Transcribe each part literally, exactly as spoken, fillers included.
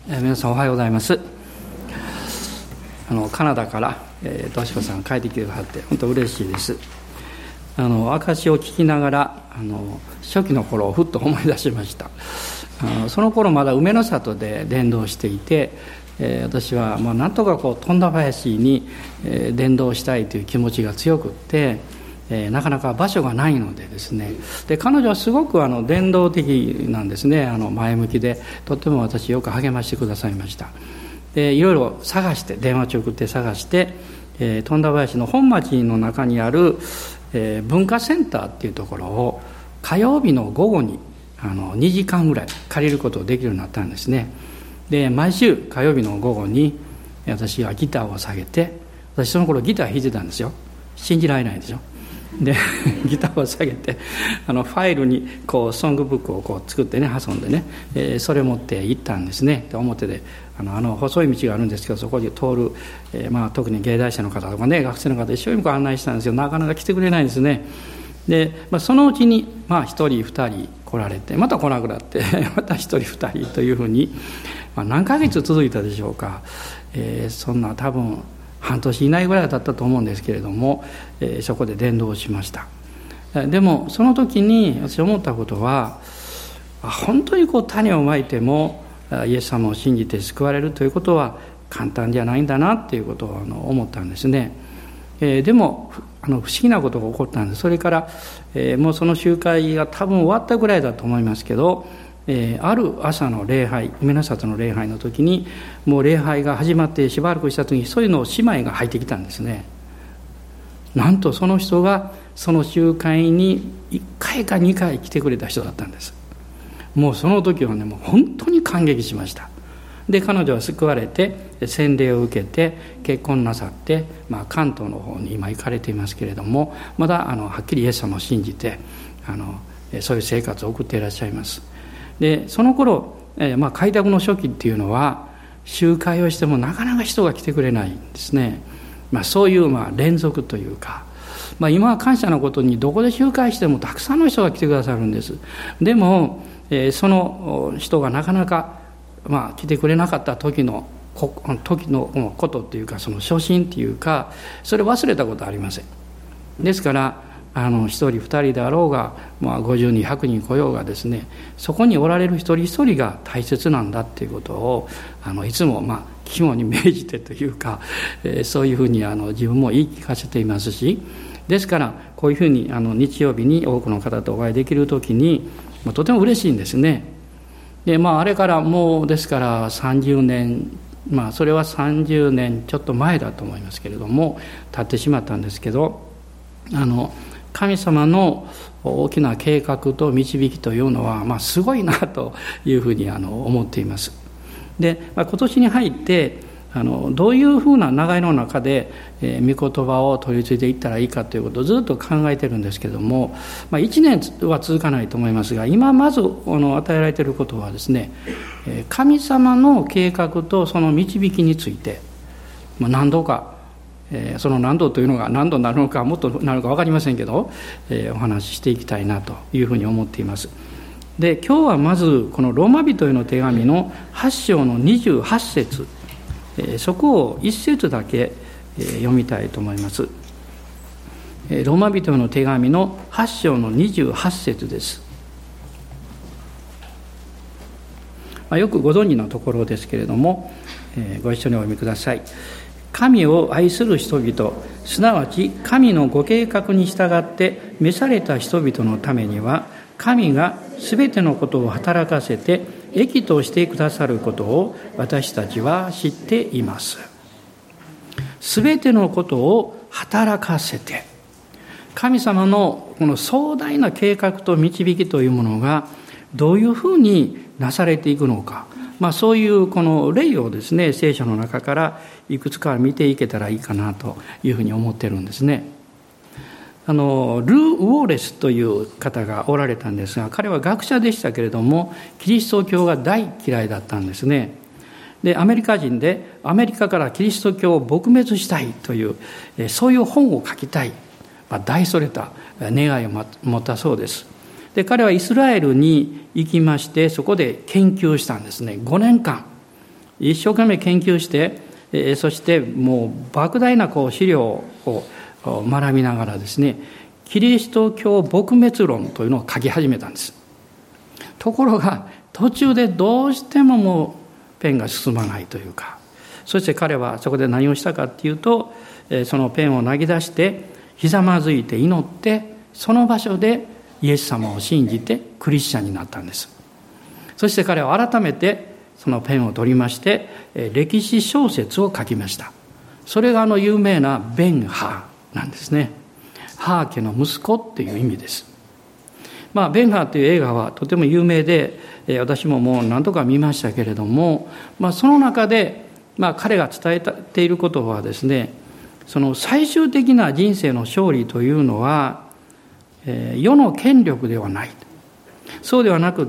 えー、皆さんおはようございます。あのカナダから、えー、としこさん帰ってきてくださって本当嬉しいです。あの証を聞きながらあの初期の頃をふっと思い出しました。あのその頃まだ梅の里で伝道していて、えー、私はまあなんとかこう富田林に、えー、伝道したいという気持ちが強くって、えー、なかなか場所がないのでですね、で彼女はすごくあの伝道的なんですね。あの前向きでとっても私よく励ましてくださいました。でいろいろ探して電話帳送って探して、えー、富田林の本町の中にある、えー、文化センターっていうところを火曜日の午後にあのにじかんぐらい借りることができるようになったんですね。で毎週火曜日の午後に私はギターを下げて、私その頃ギター弾いてたんですよ。信じられないでしょ。でギターを下げてあのファイルにこうソングブックをこう作ってね挟んでね、えー、それを持って行ったんですね。で表であのあの細い道があるんですけど、そこで通る、えーまあ、特に芸大生の方とかね学生の方一生懸命案内したんですよ。なかなか来てくれないんですね。で、まあ、そのうちにまあ一人二人来られて、また来なくなってまた一人二人というふうに、まあ、何ヶ月続いたでしょうか。えー、そんな多分半年以内ぐらいだったと思うんですけれども、えー、そこで伝道しました。でもその時に私思ったことは、本当にこう種をまいてもイエス様を信じて救われるということは簡単じゃないんだなっていうことをあの思ったんですね。えー、でもあの不思議なことが起こったんです。それから、えー、もうその集会が多分終わったぐらいだと思いますけど、えー、ある朝の礼拝、梅の里の礼拝の時にもう礼拝が始まってしばらくした時にそういうのを姉妹が入ってきたんですね。なんとその人がその集会にいっかいかにかい来てくれた人だったんです。もうその時はねもう本当に感激しました。で彼女は救われて洗礼を受けて結婚なさって、まあ、関東の方に今行かれていますけれども、まだあのはっきりイエス様を信じてあのそういう生活を送っていらっしゃいます。でその頃、えーまあ、開拓の初期っていうのは集会をしてもなかなか人が来てくれないんですね。まあ、そういうまあ連続というか、まあ、今は感謝のことにどこで集会してもたくさんの人が来てくださるんです。でも、えー、その人がなかなか、まあ、来てくれなかった時の時のことっていうか、その初心っていうか、それ忘れたことはありません。ですからあの一人二人であろうが、まあ、ごじゅうにんひゃくにん来ようがですね、そこにおられる一人一人が大切なんだっていうことをあのいつもまあ肝に銘じてというか、えー、そういうふうにあの自分も言い聞かせていますし、ですからこういうふうにあの日曜日に多くの方とお会いできるときに、まあ、とても嬉しいんですね。でまああれからもうですからさんじゅうねん、まあそれはさんじゅうねんちょっと前だと思いますけれども経ってしまったんですけど、あの神様の大きな計画と導きというのは、まあ、すごいなというふうにあの思っています。で、まあ、今年に入ってあのどういうふうな流れの中で、えー、御言葉を取り継いでいったらいいかということをずっと考えてるんですけれども、まあ、いちねんは続かないと思いますが、今まずあの与えられていることはですね、神様の計画とその導きについて、まあ、何度かえー、その何度というのが何度になるのかもっとなるのか分かりませんけど、えー、お話ししていきたいなというふうに思っています。で今日はまずこのローマ人への手紙のはち章のにじゅうはち節、えー、そこをいち節だけ、えー、読みたいと思います。えー、ローマ人への手紙のはち章のにじゅうはち節です。まあ、よくご存知のところですけれども、えー、ご一緒にお読みください。神を愛する人々、すなわち神のご計画に従って召された人々のためには、神がすべてのことを働かせて益としてくださることを私たちは知っています。すべてのことを働かせて、神様のこの壮大な計画と導きというものがどういうふうになされていくのか、まあ、そういうこの例をですね、聖書の中からいくつか見ていけたらいいかなというふうに思ってるんですね。あのルー・ウォーレスという方がおられたんですが、彼は学者でしたけれどもキリスト教が大嫌いだったんですね。でアメリカ人でアメリカからキリスト教を撲滅したいというそういう本を書きたい、まあ、大それた願いを持ったそうです。で彼はイスラエルに行きまして、そこで研究したんですね。ごねんかん一生懸命研究して、えー、そしてもう莫大なこう資料を学びながらですね、キリスト教撲滅論というのを書き始めたんです。ところが途中でどうしてももうペンが進まないというか、そして彼はそこで何をしたかっていうと、そのペンを投げ出してひざまずいて祈って、その場所でイエス様を信じてクリスチャンになったんです。そして彼は改めてそのペンを取りまして、歴史小説を書きました。それがあの有名なベン・ハーなんですね。ハー家の息子っていう意味です。まあ、ベン・ハーという映画はとても有名で、私ももう何度か見ましたけれども、まあ、その中で、まあ、彼が伝えていることはですね、その最終的な人生の勝利というのは、えー、世の権力ではない。そうではなくって、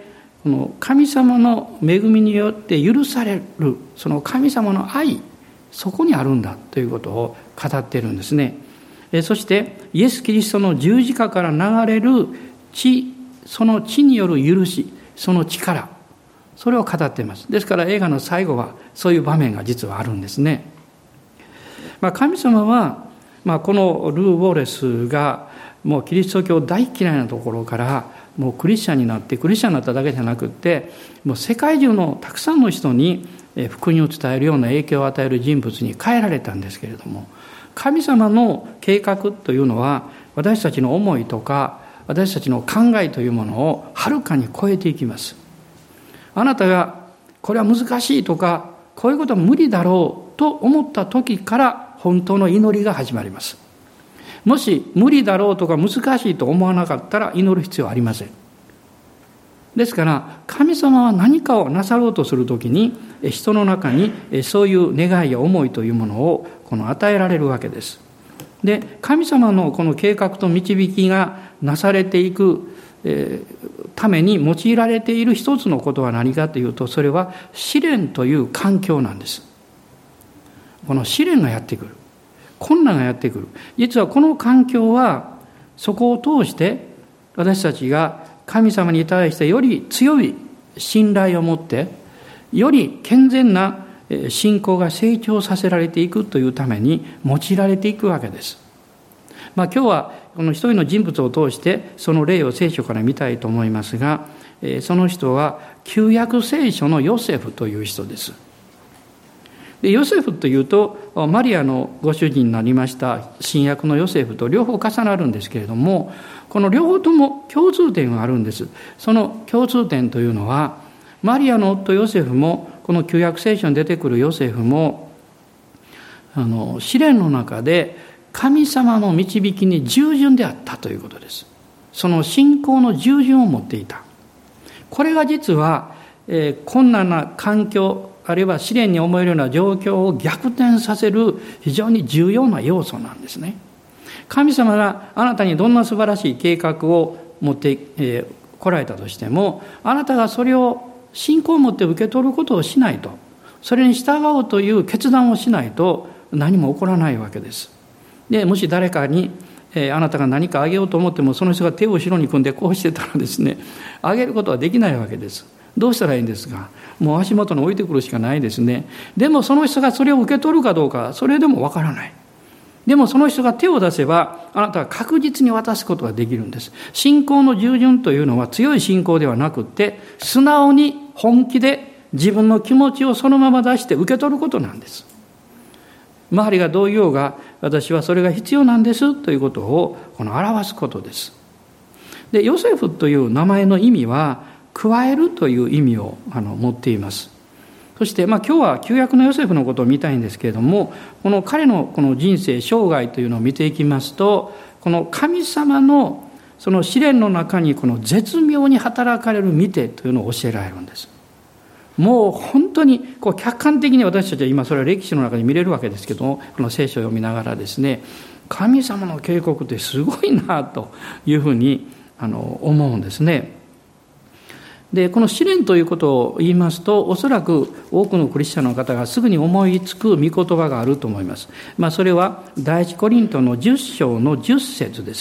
この神様の恵みによって許される、その神様の愛、そこにあるんだということを語っているんですね。えー、そしてイエス・キリストの十字架から流れる血、その血による許し、その力、それを語っています。ですから映画の最後はそういう場面が実はあるんですね。まあ、神様は、まあ、このルー・ウォレスがもうキリスト教大嫌いなところからもうクリスチャンになって、クリスチャンになっただけじゃなくって、もう世界中のたくさんの人に福音を伝えるような影響を与える人物に変えられたんですけれども、神様の計画というのは私たちの思いとか私たちの考えというものをはるかに超えていきます。あなたがこれは難しいとか、こういうことは無理だろうと思った時から本当の祈りが始まります。もし無理だろうとか難しいと思わなかったら祈る必要はありません。ですから神様は何かをなさろうとするときに人の中にそういう願いや思いというものをこの与えられるわけです。で、神様のこの計画と導きがなされていく、えー、ために用いられている一つのことは何かというと、それは試練という環境なんです。この試練がやってくる、困難がやってくる。実はこの環境はそこを通して私たちが神様に対してより強い信頼を持ってより健全な信仰が成長させられていくというために用いられていくわけです。まあ、今日はこの一人の人物を通してその例を聖書から見たいと思いますが、その人は旧約聖書のヨセフという人です。でヨセフというとマリアのご主人になりました新約のヨセフと両方重なるんですけれども、この両方とも共通点があるんです。その共通点というのは、マリアの夫ヨセフもこの旧約聖書に出てくるヨセフもあの試練の中で神様の導きに従順であったということです。その信仰の従順を持っていた。これが実は、えー、困難な環境あるいは試練に思えるような状況を逆転させる非常に重要な要素なんですね。神様があなたにどんな素晴らしい計画を持ってこ、えー、られたとしても、あなたがそれを信仰を持って受け取ることをしないと、それに従おうという決断をしないと何も起こらないわけです。でもし誰かに、えー、あなたが何かあげようと思ってもその人が手を後ろに組んでこうしてたらですね、あげることはできないわけです。どうしたらいいんですか。もう足元に置いてくるしかないですね。でもその人がそれを受け取るかどうか、それでもわからない。でもその人が手を出せばあなたは確実に渡すことができるんです。信仰の従順というのは強い信仰ではなくって、素直に本気で自分の気持ちをそのまま出して受け取ることなんです。周りがどう言おうが私はそれが必要なんですということをこの表すことです。でヨセフという名前の意味は加えるという意味をあの持っています。そして、まあ、今日は旧約のヨセフのことを見たいんですけれども、この彼のこの人生生涯というのを見ていきますと、この神様のその試練の中にこの絶妙に働かれる見てというのを教えられるんです。もう本当にこう客観的に私たちは今それは歴史の中で見れるわけですけども、この聖書を読みながらですね、神様の計画ってすごいなというふうにあの思うんですね。でこの試練ということを言いますと、おそらく多くのクリスチャンの方がすぐに思いつく御言葉があると思います。まあ、それは第一コリントのじゅっ章のじゅっ節です。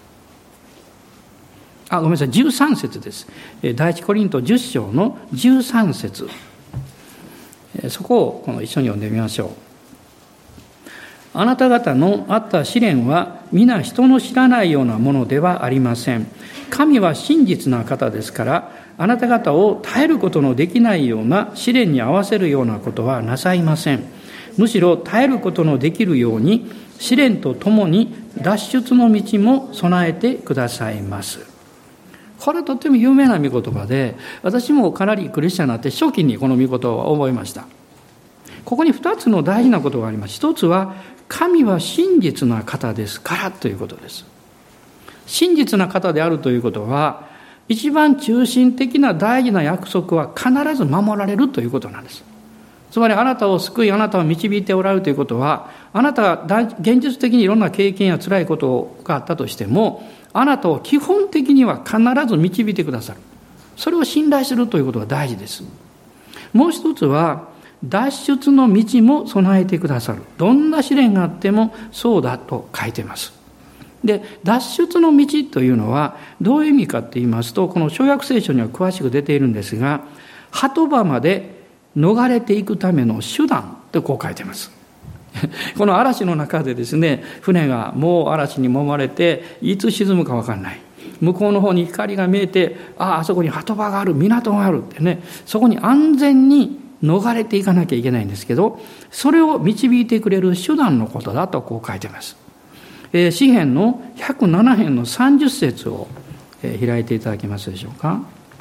あ、ごめんなさい、じゅうさん節です。第一コリントじゅっ章のじゅうさん節。 そこをこの一緒に読んでみましょう。あなた方のあった試練は皆人の知らないようなものではありません。神は真実な方ですから、あなた方を耐えることのできないような試練に合わせるようなことはなさいません。むしろ耐えることのできるように試練とともに脱出の道も備えてくださいます。これはとっても有名な御言葉で、私もかなりクリスチャンになって初期にこの御言葉を覚えました。ここに二つの大事なことがあります。一つは、神は真実な方ですからということです。真実な方であるということは、一番中心的な大事な約束は必ず守られるということなんです。つまりあなたを救い、あなたを導いておられるということは、あなたが現実的にいろんな経験や辛いことがあったとしても、あなたを基本的には必ず導いてくださる。それを信頼するということが大事です。もう一つは、脱出の道も備えてくださる。どんな試練があってもそうだと書いています。で、脱出の道というのはどういう意味かと言いますと、この小約聖書には詳しく出ているんですが、鳩場まで逃れていくための手段とこう書いています。この嵐の中でですね、船がもう嵐に揉まれていつ沈むか分かんない。向こうの方に光が見えて、ああ、あそこに鳩場がある、港があるってね、そこに安全に逃れていかなきゃいけないんですけど、それを導いてくれる手段のことだとこう書いてます。えー、詩編のひゃくなな編のさんじゅっ節を、えー、開いていただけますでしょうか。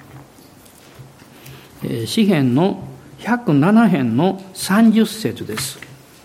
えー、詩編のひゃくなな編のさんじゅっ節です。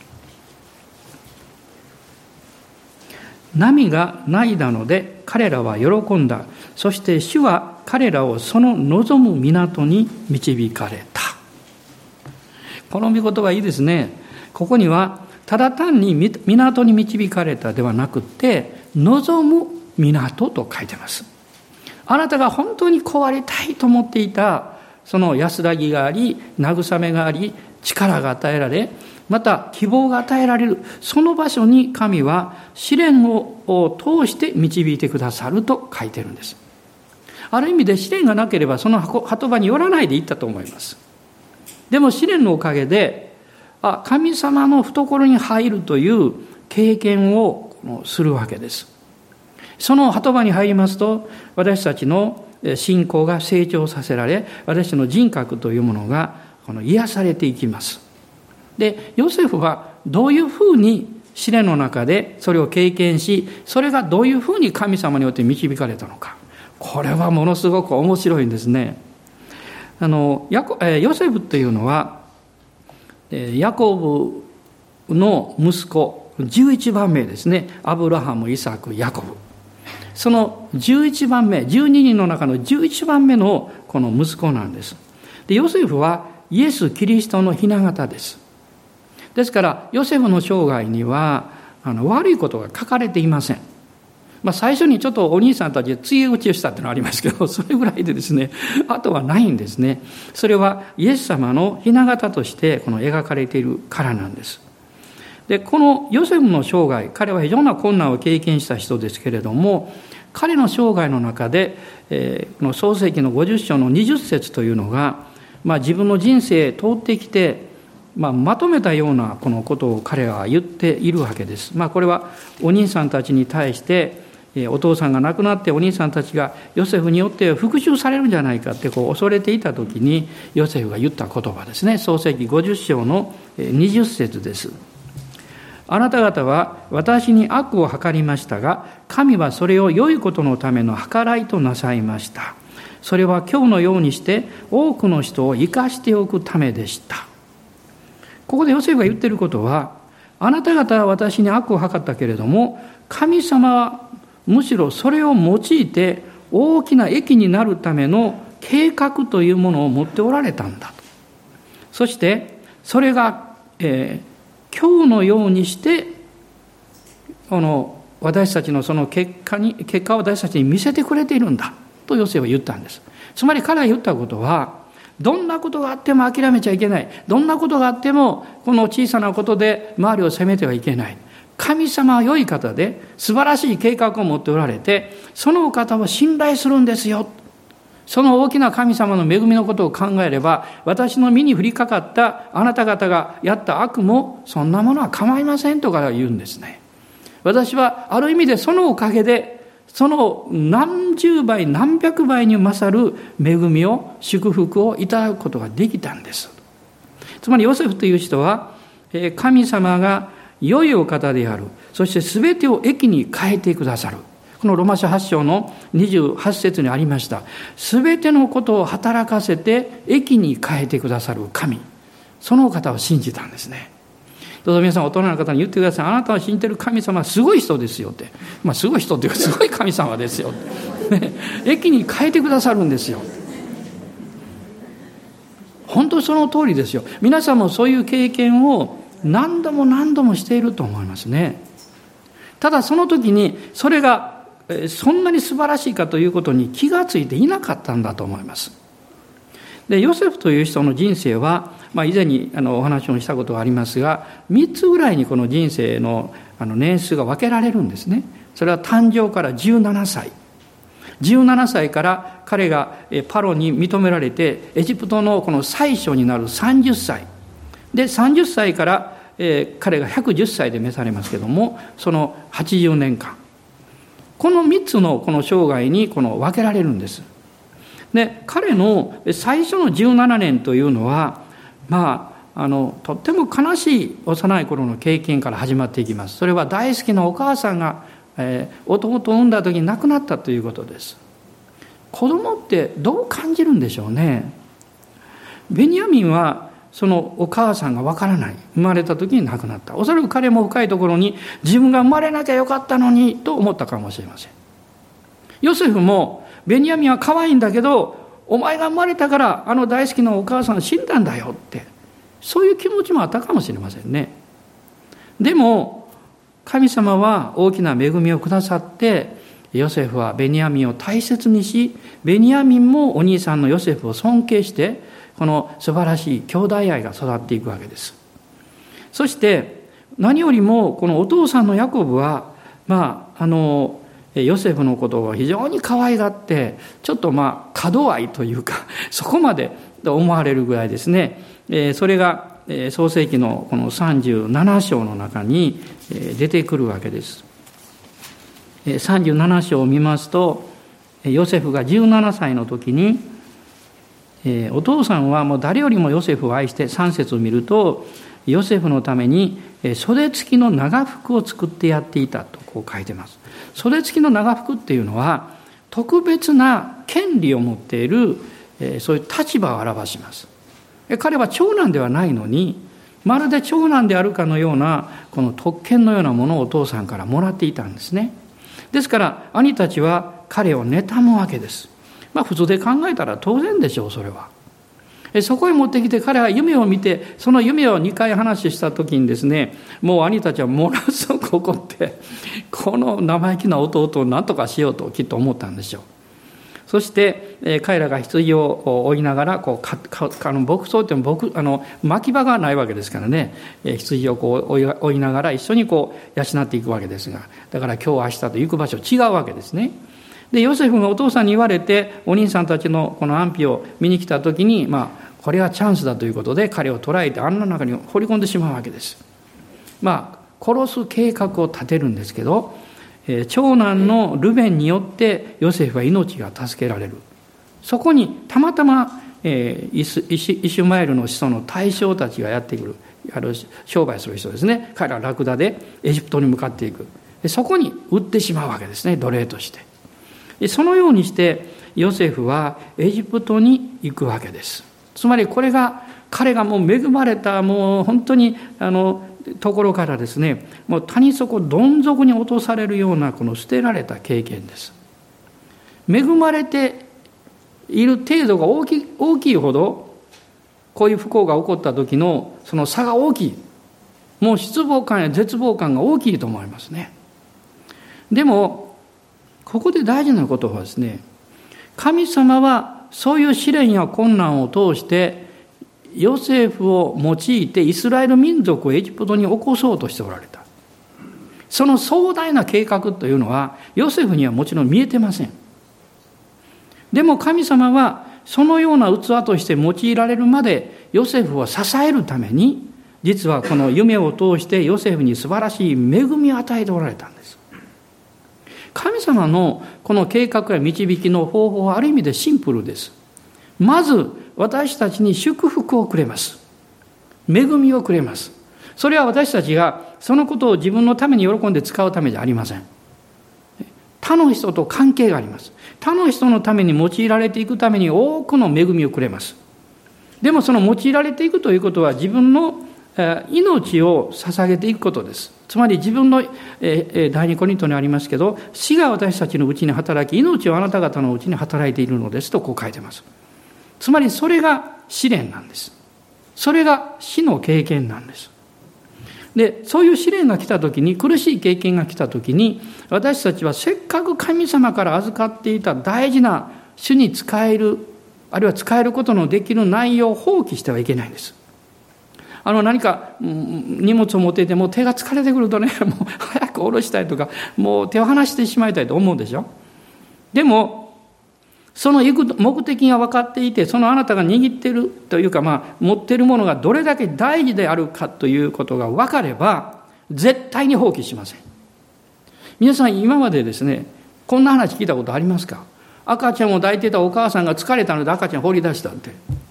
波がないだので彼らは喜んだ。そして主は彼らをその望む港に導かれた。この御言葉いいですね。ここにはただ単に港に導かれたではなくて、望む港と書いてます。あなたが本当にこうありたいと思っていたその安らぎがあり、慰めがあり、力が与えられ、また希望が与えられる、その場所に神は試練を通して導いてくださると書いてるんです。ある意味で試練がなければその鳩場に寄らないでいったと思います。でも試練のおかげで、あ、神様の懐に入るという経験をするわけです。その鳩場に入りますと、私たちの信仰が成長させられ、私たちの人格というものがこの癒されていきます。で、ヨセフはどういうふうに試練の中でそれを経験し、それがどういうふうに神様によって導かれたのか。これはものすごく面白いんですね。あのヤコヨセフというのはヤコブの息子じゅういちばんめですね。アブラハム、イサク、ヤコブ、そのじゅういちばんめ、じゅうににんの中のじゅういちばんめのこの息子なんです。で、ヨセフはイエス・キリストの雛形です。ですからヨセフの生涯にはあの悪いことが書かれていません。まあ、最初にちょっとお兄さんたちで告げ口をしたっていうのがありますけど、それぐらいでですね、あとはないんですね。それはイエス様の雛形としてこの描かれているからなんです。で、このヨセフの生涯、彼は非常な困難を経験した人ですけれども、彼の生涯の中で、えー、この創世記のごじゅっ章のにじゅっ節というのが、まあ、自分の人生通ってきて、まあ、まとめたようなこのことを彼は言っているわけです。まあ、これはお兄さんたちに対してお父さんが亡くなってお兄さんたちがヨセフによって復讐されるんじゃないかってこう恐れていた時にヨセフが言った言葉ですね。創世記ごじゅっ章のにじゅっ節です。あなた方は私に悪を計りましたが、神はそれを良いことのための計らいとなさいました。それは今日のようにして多くの人を生かしておくためでした。ここでヨセフが言っていることは、あなた方は私に悪を計ったけれども、神様はむしろそれを用いて大きな益になるための計画というものを持っておられたんだと。そしてそれが、えー、今日のようにしてこの私たちのその結果に結果を私たちに見せてくれているんだとヨセフは言ったんです。つまり彼が言ったことは、どんなことがあっても諦めちゃいけない。どんなことがあってもこの小さなことで周りを責めてはいけない。神様は良い方で素晴らしい計画を持っておられて、そのお方を信頼するんですよ。 その大きな神様の恵みのことを考えれば、私の身に降りかかったあなた方がやった悪もそんなものは構いませんとか言うんですね。私はある意味でそのおかげで、その何十倍何百倍に勝る恵みを、祝福をいただくことができたんです。つまりヨセフという人は、神様が良いお方である、そして全てを益に変えてくださる。このロマ書はち章のにじゅうはち節にありました。すべてのことを働かせて益に変えてくださる神。その方を信じたんですね。どうぞ皆さん大人の方に言ってください。あなたを信じている神様はすごい人ですよって。まあすごい人っていうかすごい神様ですよって。益に変えてくださるんですよ。本当その通りですよ。皆さんもそういう経験を何度も何度もしていると思いますね。ただその時にそれがそんなに素晴らしいかということに気がついていなかったんだと思います。で、ヨセフという人の人生は、まあ、以前にあのお話をしたことがありますが、みっつぐらいにこの人生のあの年数が分けられるんですね。それは誕生からじゅうななさい。じゅうななさいから彼がパロに認められて、エジプトのこの宰相になるさんじゅっさい。で、さんじゅっさいからえー、彼がひゃくじゅっさいで召されますけども、そのはちじゅうねんかん、このみっつのこの生涯にこの分けられるんです。で、彼の最初のじゅうななねんというのは、まあ、あのとっても悲しい幼い頃の経験から始まっていきます。それは大好きなお母さんが、えー、弟を産んだ時に亡くなったということです。子供ってどう感じるんでしょうね。ベニヤミンはそのお母さんがわからない。生まれた時に亡くなった。おそらく彼も深いところに自分が生まれなきゃよかったのにと思ったかもしれません。ヨセフもベニヤミンは可愛いんだけど、お前が生まれたからあの大好きなお母さん死んだんだよって、そういう気持ちもあったかもしれませんね。でも神様は大きな恵みをくださって、ヨセフはベニヤミンを大切にし、ベニヤミンもお兄さんのヨセフを尊敬して、この素晴らしい兄弟愛が育っていくわけです。そして何よりもこのお父さんのヤコブは、まああのヨセフのことを非常に可愛がって、ちょっとまあ門愛というかそこまで思われるぐらいですね。それが創世記のこのさんじゅうなな章の中に出てくるわけです。さんじゅうなな章を見ますと、ヨセフがじゅうななさいの時に、お父さんはもう誰よりもヨセフを愛して、さん節を見ると、ヨセフのために袖付きの長服を作ってやっていたとこう書いてます。袖付きの長服っていうのは特別な権利を持っている、そういう立場を表します。彼は長男ではないのに、まるで長男であるかのようなこの特権のようなものをお父さんからもらっていたんですね。ですから兄たちは彼を妬むわけです。まあ普通で考えたら当然でしょう、それは。そこへ持ってきて、彼は夢を見て、その夢をにかい話した時にですね、もう兄たちはものすごく怒って、この生意気な弟を何とかしようときっと思ったんでしょう。そして彼らが羊を追いながら、こうかかあの牧草っていうのはあの牧場がないわけですからね、羊をこう追い、追いながら一緒にこう養っていくわけですが、だから今日明日と行く場所違うわけですね。でヨセフがお父さんに言われて、お兄さんたちのこの安否を見に来た時に、まあこれはチャンスだということで彼を捕らえて穴の中に放り込んでしまうわけです。まあ殺す計画を立てるんですけど、長男のルベンによってヨセフは命が助けられる。そこにたまたまイシュマエルの子孫の大将たちがやってくる、ある商売する人ですね。彼らはラクダでエジプトに向かっていく。そこに売ってしまうわけですね、奴隷として。そのようにしてヨセフはエジプトに行くわけです。つまりこれが彼がもう恵まれた、もう本当にあのところからですね、もう谷底どん底に落とされるようなこの捨てられた経験です。恵まれている程度が大きい、大きいほどこういう不幸が起こった時のその差が大きい。もう失望感や絶望感が大きいと思いますね。でもここで大事なことはですね、神様はそういう試練や困難を通してヨセフを用いてイスラエル民族をエジプトに起こそうとしておられた。その壮大な計画というのはヨセフにはもちろん見えてません。 でも神様はそのような器として用いられるまでヨセフを支えるために、実はこの夢を通してヨセフに素晴らしい恵みを与えておられたんです。神様のこの計画や導きの方法はある意味でシンプルです。まず私たちに祝福をくれます。恵みをくれます。それは私たちがそのことを自分のために喜んで使うためじゃありません。他の人と関係があります。他の人のために用いられていくために多くの恵みをくれます。でもその用いられていくということは自分の命を捧げていくことです。つまり自分の第二コリントにありますけど、死が私たちのうちに働き、命はあなた方のうちに働いているのですとこう書いてます。つまりそれが試練なんです。それが死の経験なんです。で、そういう試練が来たときに、苦しい経験が来たときに、私たちはせっかく神様から預かっていた大事な主に仕える、あるいは仕えることのできる内容を放棄してはいけないんです。あの何か荷物を持っていても手が疲れてくるとね、もう早く下ろしたいとか、もう手を離してしまいたいと思うでしょ。でも、その行く目的が分かっていて、そのあなたが握っているというか、まあ、持っているものがどれだけ大事であるかということが分かれば、絶対に放棄しません。皆さん今までですね、こんな話聞いたことありますか？赤ちゃんを抱いていたお母さんが疲れたので赤ちゃん放り出したって。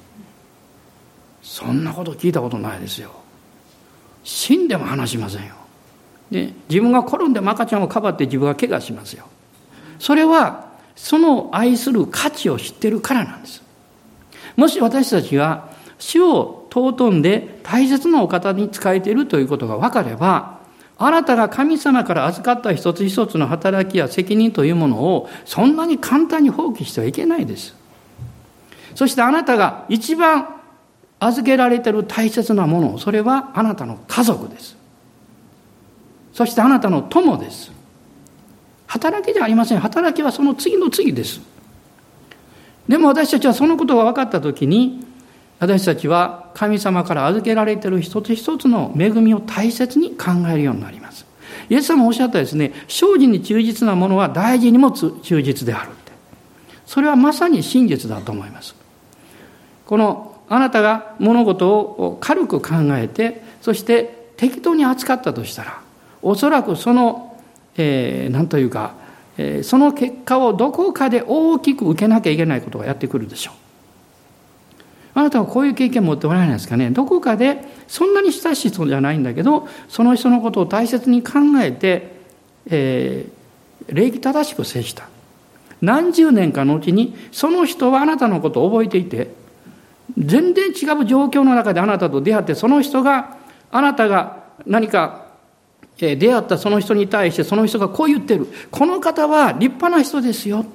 そんなこと聞いたことないですよ。死んでも話しませんよ。で、自分が転んでも赤ちゃんをかばって自分が怪我しますよ。それはその愛する価値を知っているからなんです。もし私たちが主を尊んで大切なお方に仕えているということが分かれば、あなたが神様から預かった一つ一つの働きや責任というものをそんなに簡単に放棄してはいけないです。そしてあなたが一番預けられている大切なもの、それはあなたの家族です。そしてあなたの友です。働きじゃありません。働きはその次の次です。でも私たちはそのことが分かったときに、私たちは神様から預けられている一つ一つの恵みを大切に考えるようになります。イエス様もおっしゃったですね、生じに忠実なものは大事にも忠実であるって。それはまさに真実だと思います。このあなたが物事を軽く考えて、そして適当に扱ったとしたら、おそらくその、えー、なんというか、えー、その結果をどこかで大きく受けなきゃいけないことがやってくるでしょう。あなたはこういう経験を持っておられないですかね。どこかでそんなに親しい人じゃないんだけど、その人のことを大切に考えて、えー、礼儀正しく接した。何十年かのうちにその人はあなたのことを覚えていて、全然違う状況の中であなたと出会って、その人があなたが何か出会ったその人に対してその人がこう言ってる。この方は立派な人ですよって。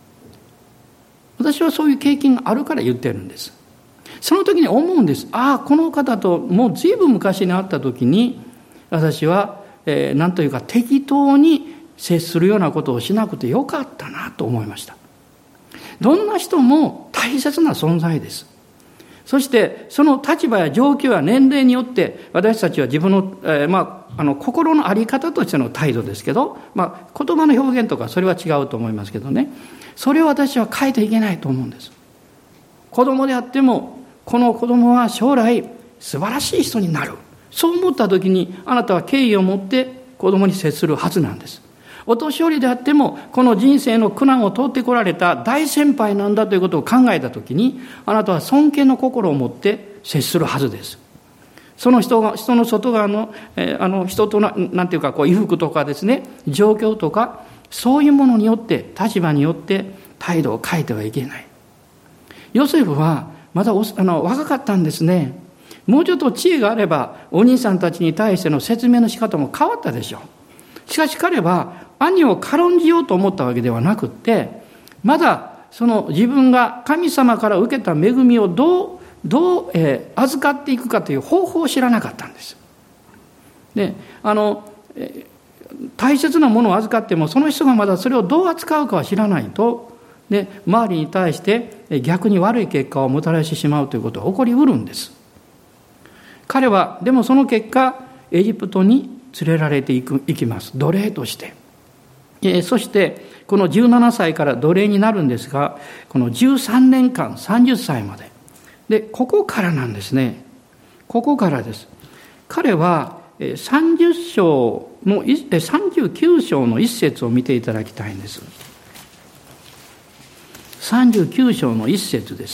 私はそういう経験があるから言ってるんです。その時に思うんです。ああ、この方ともう随分昔に会った時に私は、えー、何というか適当に接するようなことをしなくてよかったなと思いました。どんな人も大切な存在です。そしてその立場や状況や年齢によって私たちは自分の、えー、まあ、あの心の在り方としての態度ですけど、まあ、言葉の表現とかそれは違うと思いますけどね、それを私は変えていけないと思うんです。子供であってもこの子供は将来素晴らしい人になる、そう思った時にあなたは敬意を持って子供に接するはずなんです。お年寄りであってもこの人生の苦難を通ってこられた大先輩なんだということを考えたときに、あなたは尊敬の心を持って接するはずです。その人が人の外側の、えー、あの人とななんていうかこう衣服とかですね、状況とかそういうものによって立場によって態度を変えてはいけない。ヨセフはまだおあの若かったんですね。もうちょっと知恵があればお兄さんたちに対しての説明の仕方も変わったでしょう。しかし彼は兄を軽んじようと思ったわけではなくって、まだその自分が神様から受けた恵みをどう、どう、えー、預かっていくかという方法を知らなかったんです。で、あの、えー、大切なものを預かってもその人がまだそれをどう扱うかは知らないと、で、周りに対して逆に悪い結果をもたらしてしまうということが起こりうるんです。彼はでもその結果エジプトに連れられていく、いきます。奴隷として。 えー、そしてこのじゅうななさいから奴隷になるんですが、このじゅうさんねんかんさんじゅっさいまでで、ここからなんですね。ここからです。彼はさんじゅっしょうのさんじゅうきゅうしょうの一節を見ていただきたいんです。さんじゅうきゅうしょうの一節です。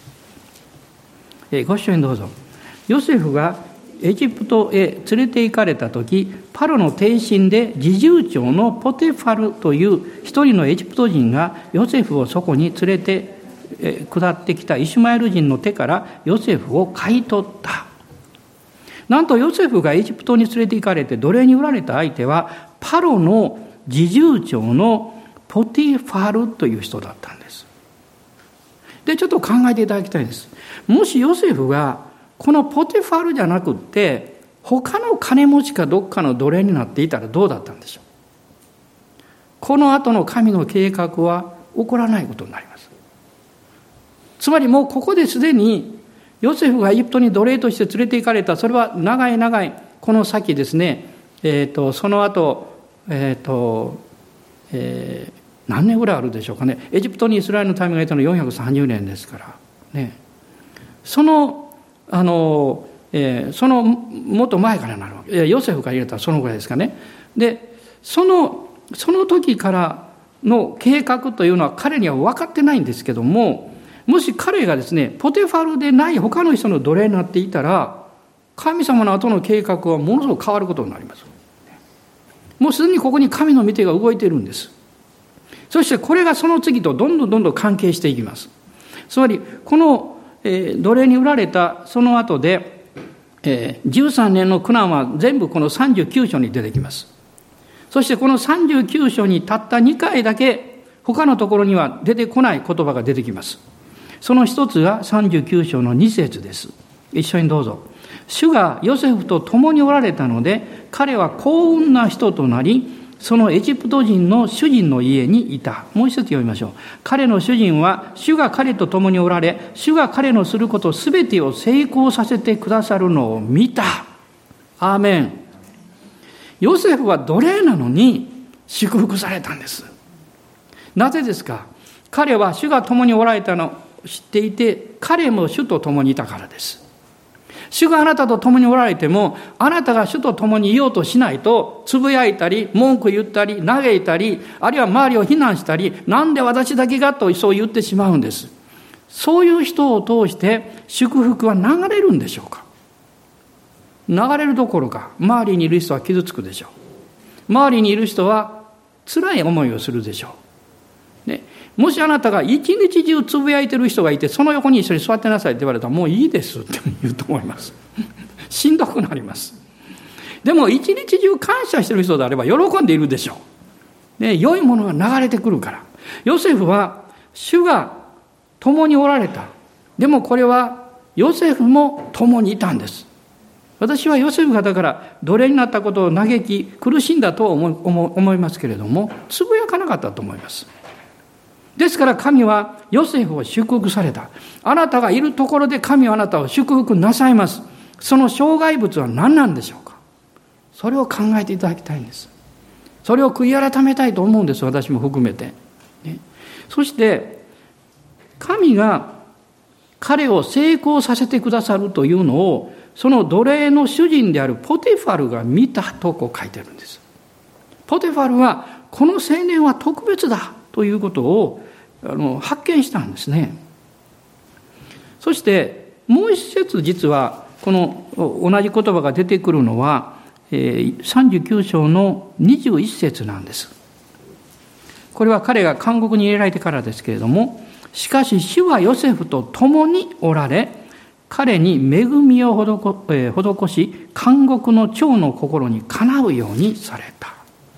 ご一緒にどうぞ。ヨセフがエジプトへ連れて行かれたとき、パロの帝臣で侍従長のポテファルという一人のエジプト人がヨセフをそこに連れて下ってきたイシュマエル人の手からヨセフを買い取った。なんとヨセフがエジプトに連れて行かれて奴隷に売られた相手はパロの侍従長のポティファルという人だったんです。で、ちょっと考えていただきたいです。もしヨセフがこのポティファルじゃなくって他の金持ちかどっかの奴隷になっていたらどうだったんでしょう。この後の神の計画は起こらないことになります。つまりもうここですでにヨセフがエジプトに奴隷として連れて行かれた、それは長い長いこの先ですね、えー、とその後、えーとえー、何年ぐらいあるでしょうかね。エジプトにイスラエルの民がいたのはよんひゃくさんじゅうねんですからね。そのあの、えー、そのもっと前からなるわけ。ヨセフから入れたらそのぐらいですかね。で、そのその時からの計画というのは彼には分かってないんですけども、もし彼がですね、ポテファルでない他の人の奴隷になっていたら、神様の後の計画はものすごく変わることになります。もうすでにここに神の御手が動いているんです。そしてこれがその次とどんどんどんどん関係していきます。つまりこの、えー、奴隷に売られたその後で、えー、じゅうさんねんの苦難は全部このさんじゅうきゅうしょに出てきます。そしてこのさんじゅうきゅうしょにたったにかいだけ他のところには出てこない言葉が出てきます。その一つがさんじゅうきゅうしょうのに節です。一緒にどうぞ。主がヨセフと共におられたので、彼は幸運な人となり、そのエジプト人の主人の家にいた。もう一つ読みましょう。彼の主人は主が彼と共におられ、主が彼のすることすべてを成功させてくださるのを見た。アーメン。ヨセフは奴隷なのに祝福されたんです。なぜですか。彼は主が共におられたのを知っていて、彼も主と共にいたからです。主があなたと共におられても、あなたが主と共にいようとしないと、つぶやいたり、文句言ったり、嘆いたり、あるいは周りを非難したり、なんで私だけがとそう言ってしまうんです。そういう人を通して祝福は流れるんでしょうか。流れるどころか、周りにいる人は傷つくでしょう。周りにいる人は辛い思いをするでしょう。ね、もしあなたが一日中つぶやいてる人がいて、その横に一緒に座ってなさいって言われたら、もういいですって言うと思います。しんどくなります。でも一日中感謝してる人であれば喜んでいるでしょう。ね、良いものが流れてくるから。ヨセフは主が共におられた。でもこれはヨセフも共にいたんです。私はヨセフがだから奴隷になったことを嘆き苦しんだと思いますけれども、つぶやかなかったと思います。ですから神はヨセフを祝福された。あなたがいるところで神はあなたを祝福なさいます。その障害物は何なんでしょうか。それを考えていただきたいんです。それを悔い改めたいと思うんです。私も含めて、ね、そして神が彼を成功させてくださるというのを、その奴隷の主人であるポテファルが見たとこう書いてるんです。ポテファルはこの青年は特別だということをあの発見したんですね。そしてもう一節、実はこの同じ言葉が出てくるのは、えー、さんじゅうきゅうしょうのにじゅういち節なんです。これは彼が監獄に入れられてからですけれども、しかし主はヨセフと共におられ、彼に恵みを施し、監獄の長の心にかなうようにされた。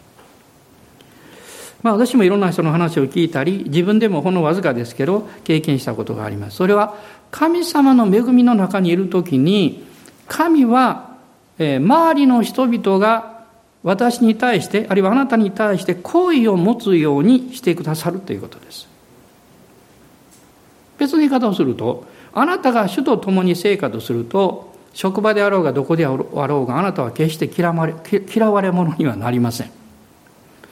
まあ私もいろんな人の話を聞いたり、自分でもほんのわずかですけど経験したことがあります。それは神様の恵みの中にいるときに、神は周りの人々が私に対して、あるいはあなたに対して好意を持つようにしてくださるということです。別の言い方をすると、あなたが主と共に生活すると、職場であろうがどこであろうが、あなたは決して嫌われ、嫌われ者にはなりません。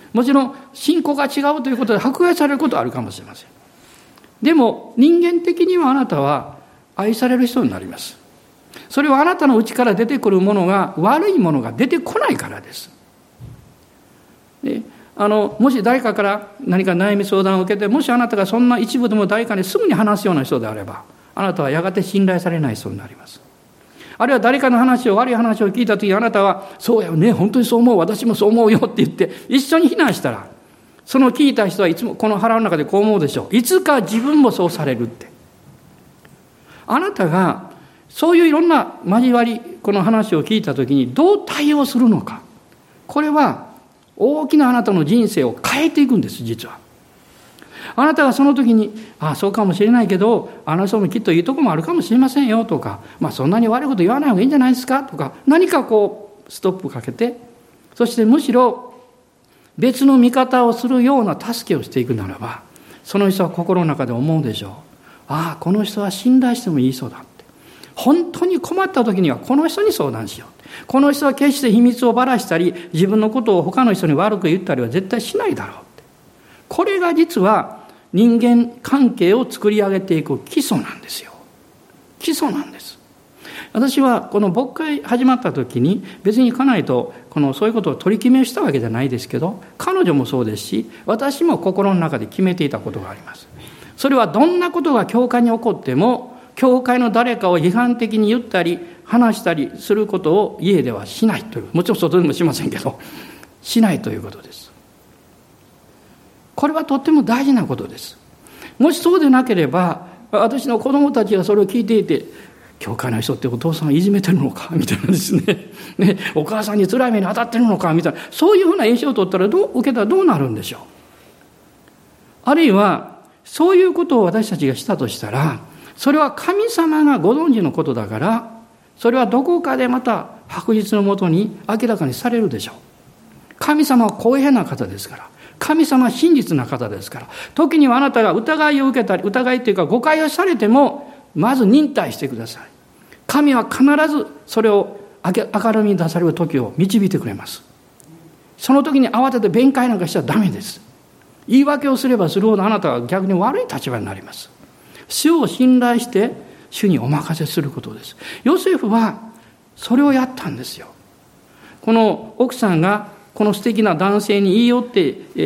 もちろん信仰が違うということで迫害されることはあるかもしれません。でも人間的にはあなたは愛される人になります。それはあなたの内から出てくるものが悪いものが出てこないからです。であのもし誰かから何か悩み相談を受けて、もしあなたがそんな一部でも誰かにすぐに話すような人であれば、あなたはやがて信頼されない人になります。あるいは誰かの話を悪い話を聞いたとき、あなたはそうやよね、本当にそう思う、私もそう思うよって言って一緒に非難したら、その聞いた人はいつもこの腹の中でこう思うでしょう。いつか自分もそうされるって。あなたがそういういろんな交わり、この話を聞いたときにどう対応するのか、これは大きなあなたの人生を変えていくんです。実はあなたがその時に、ああそうかもしれないけど、あの人もきっといいとこもあるかもしれませんよとか、まあそんなに悪いこと言わない方がいいんじゃないですかとか、何かこうストップかけて、そしてむしろ別の見方をするような助けをしていくならば、その人は心の中で思うでしょう。ああこの人は信頼してもいい人だって。本当に困った時にはこの人に相談しよう。この人は決して秘密をばらしたり、自分のことを他の人に悪く言ったりは絶対しないだろうって。これが実は人間関係を作り上げていく基礎なんですよ。基礎なんです。私はこの牧会始まった時に、別に家内とこのそういうことを取り決めをしたわけじゃないですけど、彼女もそうですし、私も心の中で決めていたことがあります。それはどんなことが教会に起こっても、教会の誰かを批判的に言ったり話したりすることを家ではしないという、もちろん外でもしませんけど、しないということです。これはとっても大事なことです。もしそうでなければ、私の子供たちがそれを聞いていて、教会の人ってお父さんをいじめてるのかみたいなですね、ね、お母さんに辛い目に当たってるのかみたいな、そういうふうな印象を取ったらどう受けたらどうなるんでしょう。あるいはそういうことを私たちがしたとしたら、それは神様がご存知のことだから、それはどこかでまた白日のもとに明らかにされるでしょう。神様は公平な方ですから、神様は真実な方ですから、時にはあなたが疑いを受けたり、疑いというか誤解をされても、まず忍耐してください。神は必ずそれを明るみに出される時を導いてくれます。その時に慌てて弁解なんかしちゃダメです。言い訳をすればするほどあなたは逆に悪い立場になります。主を信頼して主にお任せすることです。ヨセフはそれをやったんですよ。この奥さんがこの素敵な男性に言い寄って、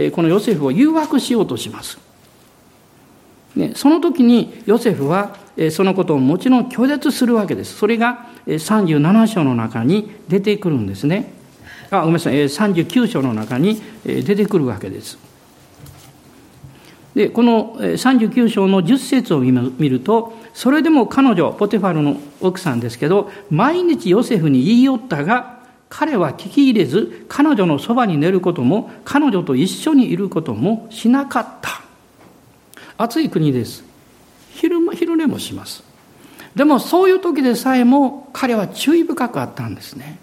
このヨセフを誘惑しようとします。その時にヨセフはそのことをもちろん拒絶するわけです。それがさんじゅうなな章の中に出てくるんですね。あ、ごめんなさい、さんじゅうきゅう章の中に出てくるわけです。で、このさんじゅうきゅう章のじゅっ節を見ると、それでも彼女、ポテファルの奥さんですけど、毎日ヨセフに言い寄ったが、彼は聞き入れず、彼女のそばに寝ることも、彼女と一緒にいることもしなかった。暑い国です。昼も昼寝もします。でもそういう時でさえも彼は注意深くあったんですね。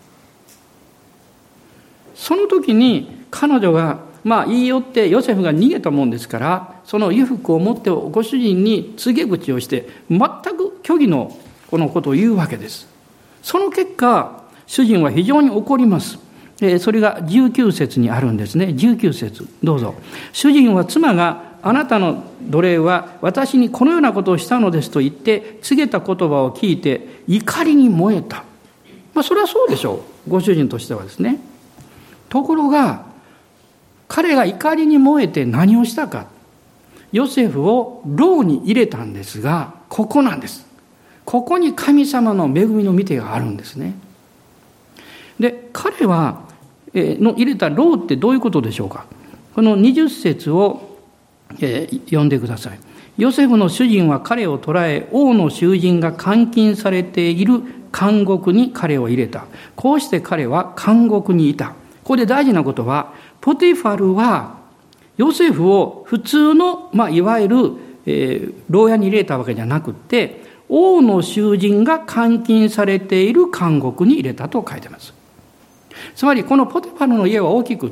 その時に彼女がまあ言い寄ってヨセフが逃げたもんですから、その衣服を持ってご主人に告げ口をして全く虚偽のこのことを言うわけです。その結果主人は非常に怒ります。それがじゅうきゅう節にあるんですね。じゅうきゅう節どうぞ。主人は妻があなたの奴隷は私にこのようなことをしたのですと言って告げた言葉を聞いて怒りに燃えた。まあそれはそうでしょう、ご主人としてはですね。ところが彼が怒りに燃えて何をしたか、ヨセフを牢に入れたんですが、ここなんです。ここに神様の恵みの見てがあるんですね。で、彼はの入れた牢ってどういうことでしょうか。このにじゅっ節をえー、読んでください。ヨセフの主人は彼を捕らえ、王の囚人が監禁されている監獄に彼を入れた。こうして彼は監獄にいた。ここで大事なことは、ポティファルはヨセフを普通の、まあ、いわゆる、えー、牢屋に入れたわけじゃなくて、王の囚人が監禁されている監獄に入れたと書いてます。つまりこのポティファルの家は大きくって、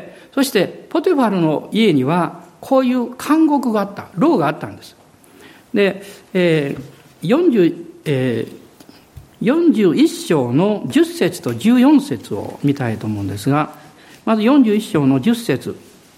そしてポティファルの家にはこういう監獄があった、牢があったんです。で、えー、40、えー、よんじゅういっ章のじゅっ節とじゅうよん節を見たいと思うんですが、まずよんじゅういっ章のじゅっ節、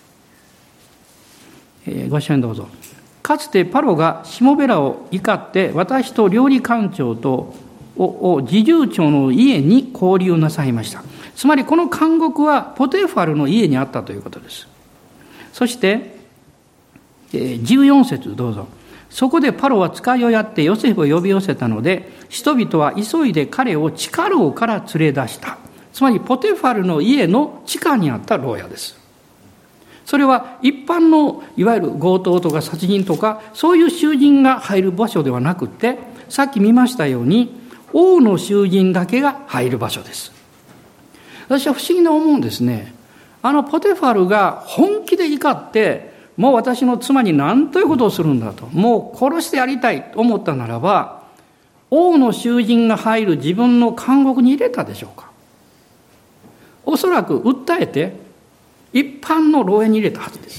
えー、ご一緒にどうぞ。かつてパロがしもべらを怒って私と料理官長とを侍従長の家に交流なさいました。つまりこの監獄はポテファルの家にあったということです。そして、えー、じゅうよん節どうぞ。そこでパロは使いをやってヨセフを呼び寄せたので、人々は急いで彼を地下牢から連れ出した。つまりポテファルの家の地下にあった牢屋です。それは一般のいわゆる強盗とか殺人とかそういう囚人が入る場所ではなくて、さっき見ましたように王の囚人だけが入る場所です。私は不思議な思うんですね。あのポテファルが本気で怒って、もう私の妻に何ということをするんだと、もう殺してやりたいと思ったならば、王の囚人が入る自分の監獄に入れたでしょうか。おそらく訴えて一般の牢屋に入れたはずです。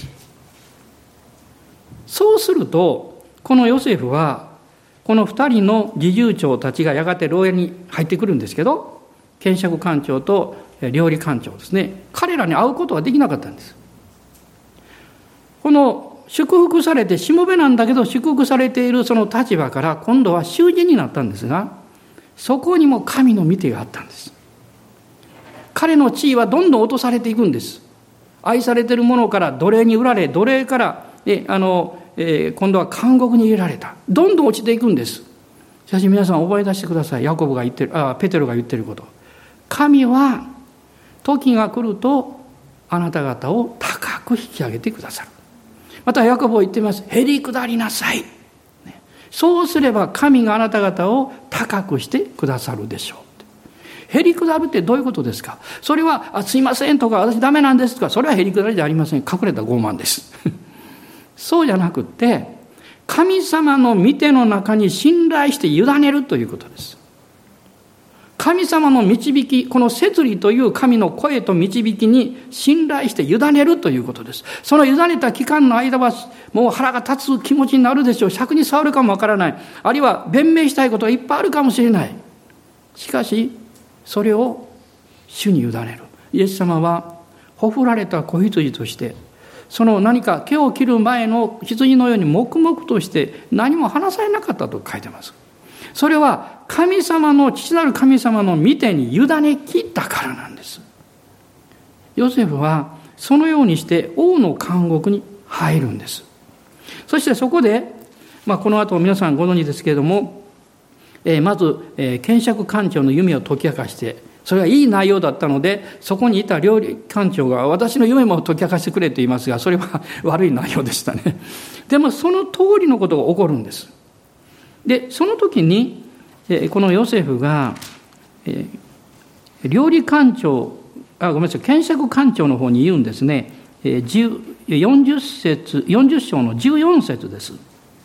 そうするとこのヨセフはこの二人の侍従長たちがやがて牢屋に入ってくるんですけど、検釈官長と料理官長ですね、彼らに会うことはできなかったんです。この祝福されてしもべなんだけど祝福されているその立場から今度は囚人になったんですが、そこにも神の御手があったんです。彼の地位はどんどん落とされていくんです。愛されているものから奴隷に売られ、奴隷からえあの、えー、今度は監獄に入れられた。どんどん落ちていくんです。しかし皆さん覚え出してください。ヤコブが言ってる、あ、ペテロが言ってること。神は時が来るとあなた方を高く引き上げてくださる。またヤコブは言っています。へり下りなさい。そうすれば神があなた方を高くしてくださるでしょう。へり下るってどういうことですか。それはあすいませんとか私ダメなんですとか、それはへり下りじゃありません。隠れた傲慢ですそうじゃなくて、神様の御手の中に信頼して委ねるということです。神様の導き、この摂理という神の声と導きに信頼して委ねるということです。その委ねた期間の間はもう腹が立つ気持ちになるでしょう。尺に触るかもわからない。あるいは弁明したいことがいっぱいあるかもしれない。しかしそれを主に委ねる。イエス様はほふられた子羊として、その何か毛を切る前の羊のように黙々として何も話されなかったと書いてます。それは神様の、父なる神様の御手に委ね切ったからなんです。ヨセフはそのようにして王の監獄に入るんです。そしてそこで、まあ、この後皆さんご存知ですけれども、えー、まず、えー、検釈官長の夢を解き明かして、それはいい内容だったので、そこにいた料理官長が私の夢も解き明かしてくれと言いますが、それは悪い内容でしたね。でもその通りのことが起こるんです。で、その時に、えー、このヨセフが、えー、料理官長、あ、ごめんなさい、検釈官長の方に言うんですね。えー、よんじゅっ節、よんじゅっ章のじゅうよん節です。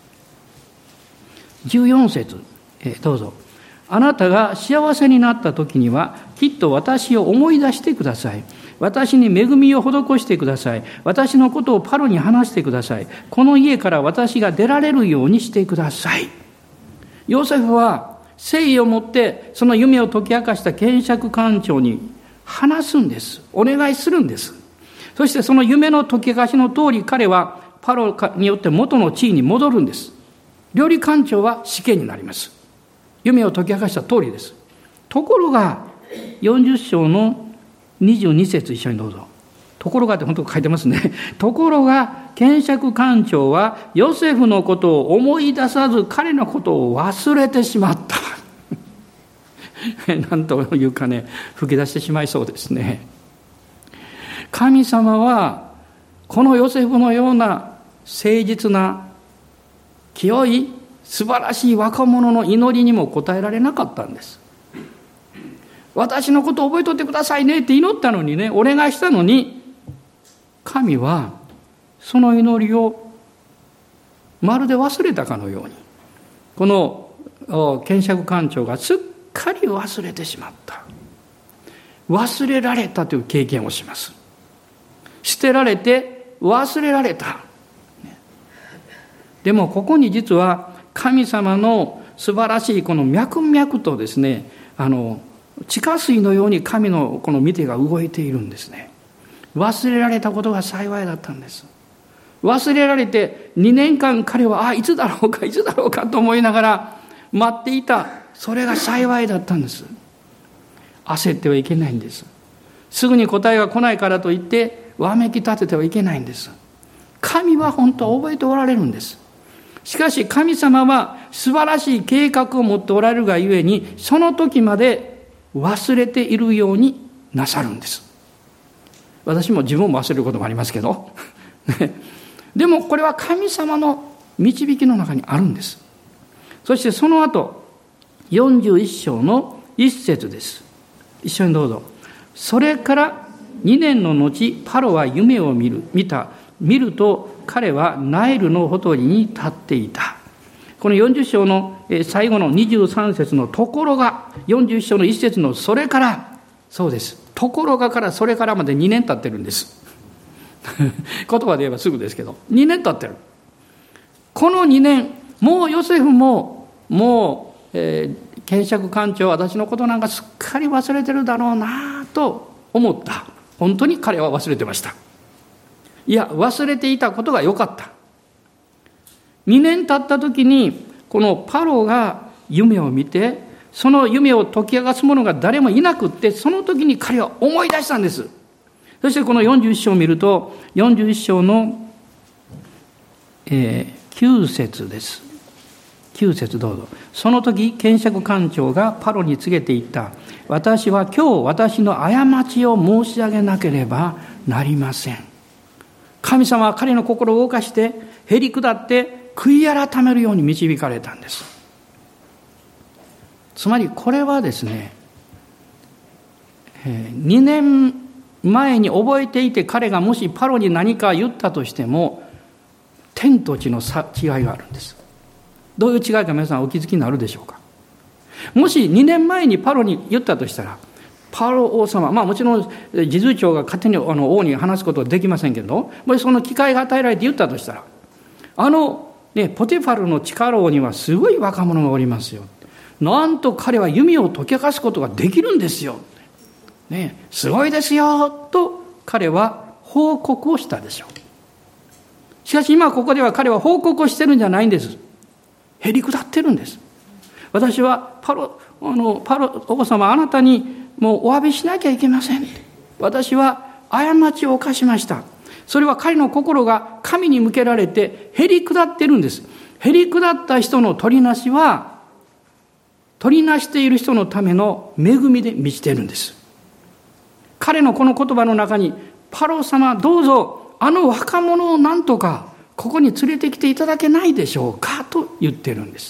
じゅうよん節、えー、どうぞ。あなたが幸せになった時にはきっと私を思い出してください。私に恵みを施してください。私のことをパロに話してください。この家から私が出られるようにしてください。ヨセフは誠意を持ってその夢を解き明かした検釈官長に話すんです。お願いするんです。そしてその夢の解き明かしの通り、彼はパロによって元の地位に戻るんです。料理官長は死刑になります。夢を解き明かした通りです。ところがよんじゅっ章のにじゅうに節一緒にどうぞ。ところがって本当書いてますね。ところが検釈官長はヨセフのことを思い出さず彼のことを忘れてしまったなんというかね、吹き出してしまいそうですね。神様はこのヨセフのような誠実な清い素晴らしい若者の祈りにも応えられなかったんです。私のことを覚えとってくださいねって祈ったのにね、お願いしたのに、神はその祈りをまるで忘れたかのように、この検釈官長がすっかり忘れてしまった。忘れられたという経験をします。捨てられて忘れられた。でもここに実は神様の素晴らしいこの脈々とですね、あの地下水のように神のこの御手が動いているんですね。忘れられたことが幸いだったんです。 忘れられてにねんかん彼は、あ、いつだろうか、いつだろうかと思いながら待っていた。それが幸いだったんです。焦ってはいけないんです。すぐに答えが来ないからといってわめき立ててはいけないんです。神は本当は覚えておられるんです。しかし神様は素晴らしい計画を持っておられるがゆえに、その時まで忘れているようになさるんです。私も自分も忘れることもありますけどでもこれは神様の導きの中にあるんです。そしてその後よんじゅういっ章の一節です。一緒にどうぞ。それからにねんの後、パロは夢を見る見た見ると彼はナイルのほとりに立っていた。このよんじゅう章の最後のにじゅうさん節のところが、よんじゅういっ章のいち節のそれから、そうです、ところがからそれからまでにねん経ってるんです言葉で言えばすぐですけどにねん経ってる。このにねん、もうヨセフももう、えー、検釈官長、私のことなんかすっかり忘れてるだろうなと思った。本当に彼は忘れてました。いや、忘れていたことが良かった。にねん経った時にこのパロが夢を見て、その夢を解き明かす者が誰もいなくって、その時に彼は思い出したんです。そしてこのよんじゅういっ章を見ると、よんじゅういっ章の、えー、きゅう節です。きゅう節どうぞ。その時検釈官長がパロに告げていった。私は今日私の過ちを申し上げなければなりません。神様は彼の心を動かしてへり下って悔い改めるように導かれたんです。つまりこれはですね、にねんまえに覚えていて彼がもしパロに何か言ったとしても天と地の差違いがあるんです。どういう違いか皆さんお気づきになるでしょうか。もしにねんまえにパロに言ったとしたら、パロ王様、まあもちろん侍従長が勝手にあの王に話すことはできませんけど、もしその機会が与えられて言ったとしたら、あの、ね、ポティファルの地下牢にはすごい若者がおりますよ。なんと彼は弓を解き明かすことができるんですよ。ね、すごいですよと彼は報告をしたでしょう。しかし今ここでは彼は報告をしてるんじゃないんです。へり下ってるんです。私はパロ、あの、パロ王様、あなたにもうお詫びしなきゃいけません。私は過ちを犯しました。それは彼の心が神に向けられてへり下ってるんです。へり下った人の取りなしは、取りなしている人のための恵みで満ちているんです。彼のこの言葉の中に、パロ様どうぞあの若者をなんとかここに連れてきていただけないでしょうかと言ってるんです。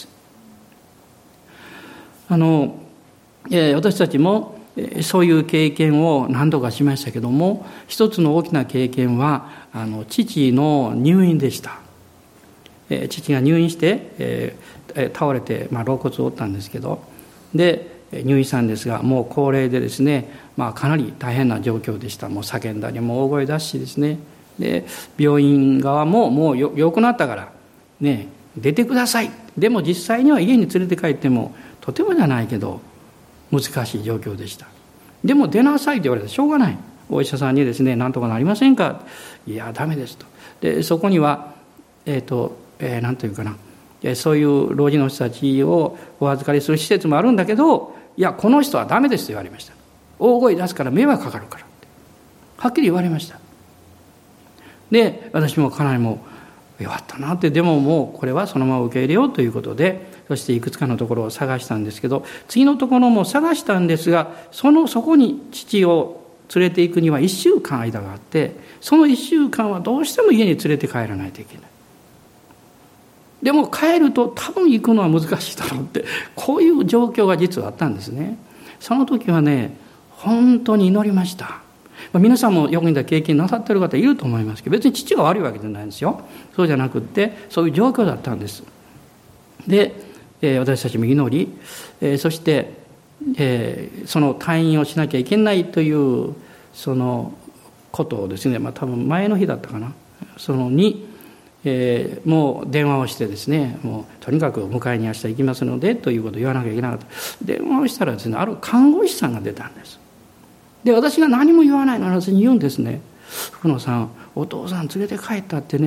あの、えー、私たちも、えー、そういう経験を何度かしましたけども、一つの大きな経験はあの父の入院でした。えー、父が入院して、えー、倒れて、まあ、肋骨を折ったんですけど、で入院したんですが、もう高齢でですね、まあ、かなり大変な状況でした。もう叫んだりも大声出しですね、で病院側ももうよ良くなったからね出てください。でも実際には家に連れて帰ってもとてもじゃないけど難しい状況でした。でも出なさいと言われてしょうがない。お医者さんにですね、なんとかなりませんか。いやダメですと。でそこにはえっ、ー、と、えー、なんというかな、そういう老人の人たちをお預かりする施設もあるんだけど、いやこの人はダメですと言われました。大声出すから迷惑かかるからってはっきり言われました。で私もかなりもう弱ったなって、でももうこれはそのまま受け入れようということで、そしていくつかのところを探したんですけど、次のところも探したんですが、そのそこに父を連れて行くにはいっしゅうかん間があって、そのいっしゅうかんはどうしても家に連れて帰らないといけない。でも帰ると多分行くのは難しいだろうって、こういう状況が実はあったんですね。その時はね本当に祈りました。皆さんもよく似た経験なさっている方いると思いますけど、別に父が悪いわけじゃないんですよ。そうじゃなくってそういう状況だったんです。で、えー、私たちも祈り、えー、そして、えー、その退院をしなきゃいけないというそのことをですね、まあ多分前の日だったかな、そのに、えー、もう電話をしてですね、もうとにかく迎えに明日行きますのでということを言わなきゃいけなかった。電話をしたらですね、ある看護師さんが出たんです。で私が何も言わないのに私に言うんですね。福野さん、お父さん連れて帰ったってね、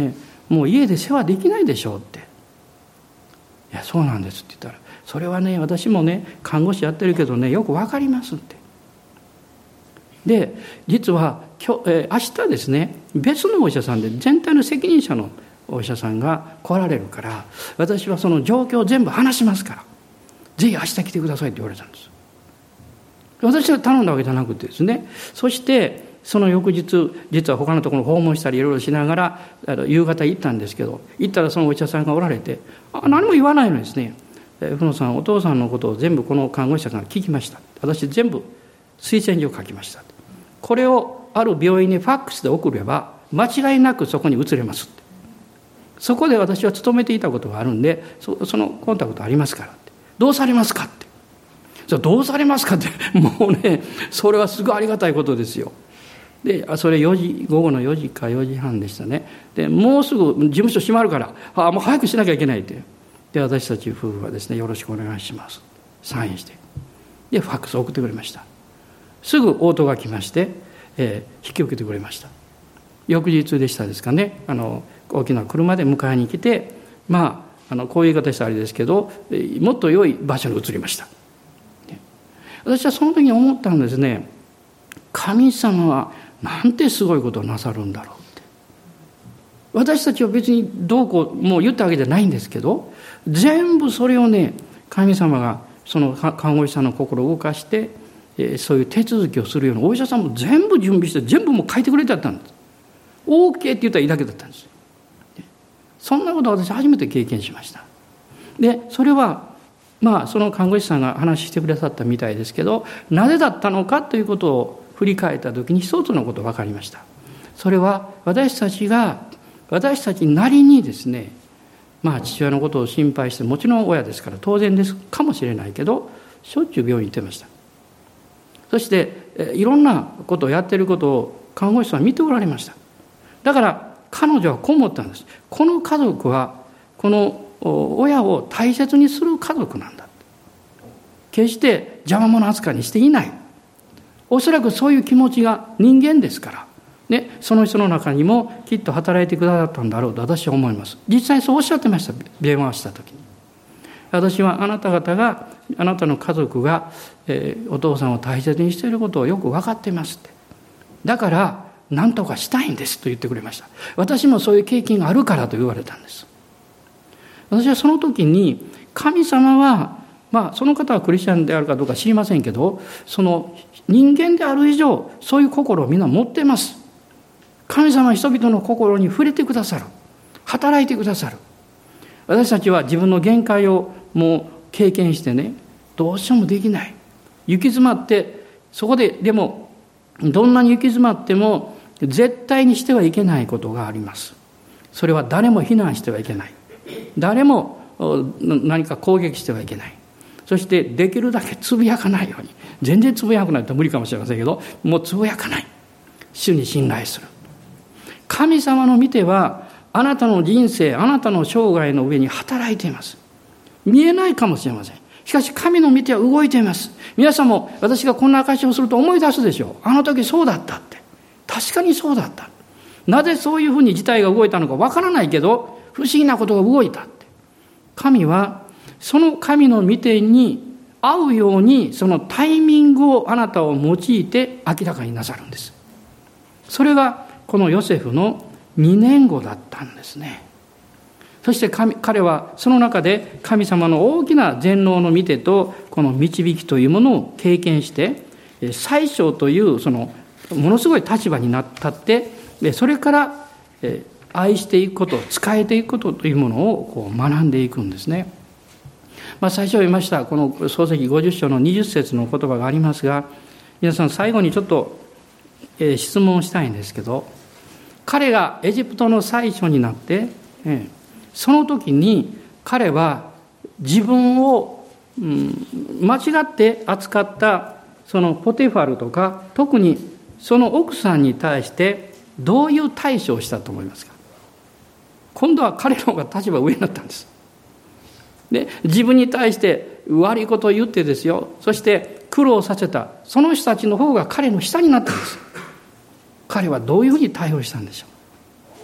もう家で世話できないでしょうって。いや、そうなんですって言ったら、それはね、私もね、看護師やってるけどね、よくわかりますって。で、実は今日、えー、明日ですね、別のお医者さんで全体の責任者のお医者さんが来られるから、私はその状況を全部話しますから、ぜひ明日来てくださいって言われたんです。私は頼んだわけじゃなくてですね、そしてその翌日、実は他のところ訪問したりいろいろしながら夕方行ったんですけど、行ったらそのお医者さんがおられて、あ、何も言わないのですね。ふのさん、お父さんのことを全部この看護師さんから聞きました。私全部推薦状を書きました。これをある病院にファックスで送れば間違いなくそこに移れますって。そこで私は勤めていたことがあるんで、そ, そのコンタクトありますからって。どうされますかって。じゃあどうされますかって、もうね、それはすごいありがたいことですよ。で、それよじ、午後のよじかよじはんでしたね。で、もうすぐ事務所閉まるから、あ、もう早くしなきゃいけないって。で、私たち夫婦はですね、よろしくお願いします。サインして。で、ファックスを送ってくれました。すぐ応答が来まして、えー、引き受けてくれました。翌日でしたですかね、あの、大きな車で迎えに来て、まあ、あのこういう言い方したらあれですけど、もっと良い場所に移りました。私はその時に思ったんですね。神様はなんてすごいことをなさるんだろうって。私たちは別にどうこうもう言ったわけじゃないんですけど、全部それをね、神様がその看護師さんの心を動かして、そういう手続きをするようなお医者さんも全部準備して全部もう書いてくれてあったんです。 オーケー って言ったらいいだけだったんです。そんなことを私初めて経験しました。で、それはまあその看護師さんが話してくださったみたいですけど、なぜだったのかということを振り返った時に一つのことが分かりました。それは私たちが私たちなりにですね、まあ父親のことを心配して、もちろん親ですから当然ですかもしれないけど、しょっちゅう病院に行ってました。そしていろんなことをやっていることを看護師さんは見ておられました。だから彼女はこう思ったんです。この家族はこの親を大切にする家族なんだ。決して邪魔者扱いにしていない。おそらくそういう気持ちが人間ですから、ね、その人の中にもきっと働いてくださったんだろうと私は思います。実際そうおっしゃってました。電話をした時に、私はあなた方があなたの家族が、えー、お父さんを大切にしていることをよく分かっていますって。だから何とかしたいんですと言ってくれました。私もそういう経験があるからと言われたんです。私はその時に神様は、まあその方はクリスチャンであるかどうか知りませんけど、その人間である以上そういう心をみんな持っています。神様は人々の心に触れてくださる、働いてくださる。私たちは自分の限界をもう経験してね、どうしようもできない、行き詰まって、そこででもどんなに行き詰まっても絶対にしてはいけないことがあります。それは誰も非難してはいけない、誰も何か攻撃してはいけない。そしてできるだけつぶやかないように、全然つぶやかないと無理かもしれませんけど、もうつぶやかない、主に信頼する。神様の見てはあなたの人生、あなたの生涯の上に働いています。見えないかもしれません。しかし神の見ては動いています。皆さんも私がこんな証しをすると思い出すでしょう。あの時そうだったって。確かにそうだった。なぜそういうふうに事態が動いたのかわからないけど、不思議なことが動いたって。神はその神の見てに合うように、そのタイミングをあなたを用いて明らかになさるんです。それがこのヨセフのにねんごだったんですね。そして神彼はその中で神様の大きな全能の見てとこの導きというものを経験して、宰相というそのものすごい立場になったって、それから愛していくこと、仕えていくことというものをこう学んでいくんですね。まあ、最初読みましたこの創世記ごじゅっ章のにじゅっ節の言葉がありますが、皆さん最後にちょっと質問したいんですけど、彼がエジプトの宰相になって、その時に彼は自分を間違って扱ったそのポテファルとか、特にその奥さんに対してどういう対処をしたと思いますか？今度は彼の方が立場上になったんです。で、自分に対して悪いことを言ってですよ、そして苦労させたその人たちの方が彼の下になったんです。彼はどういうふうに対応したんでしょう。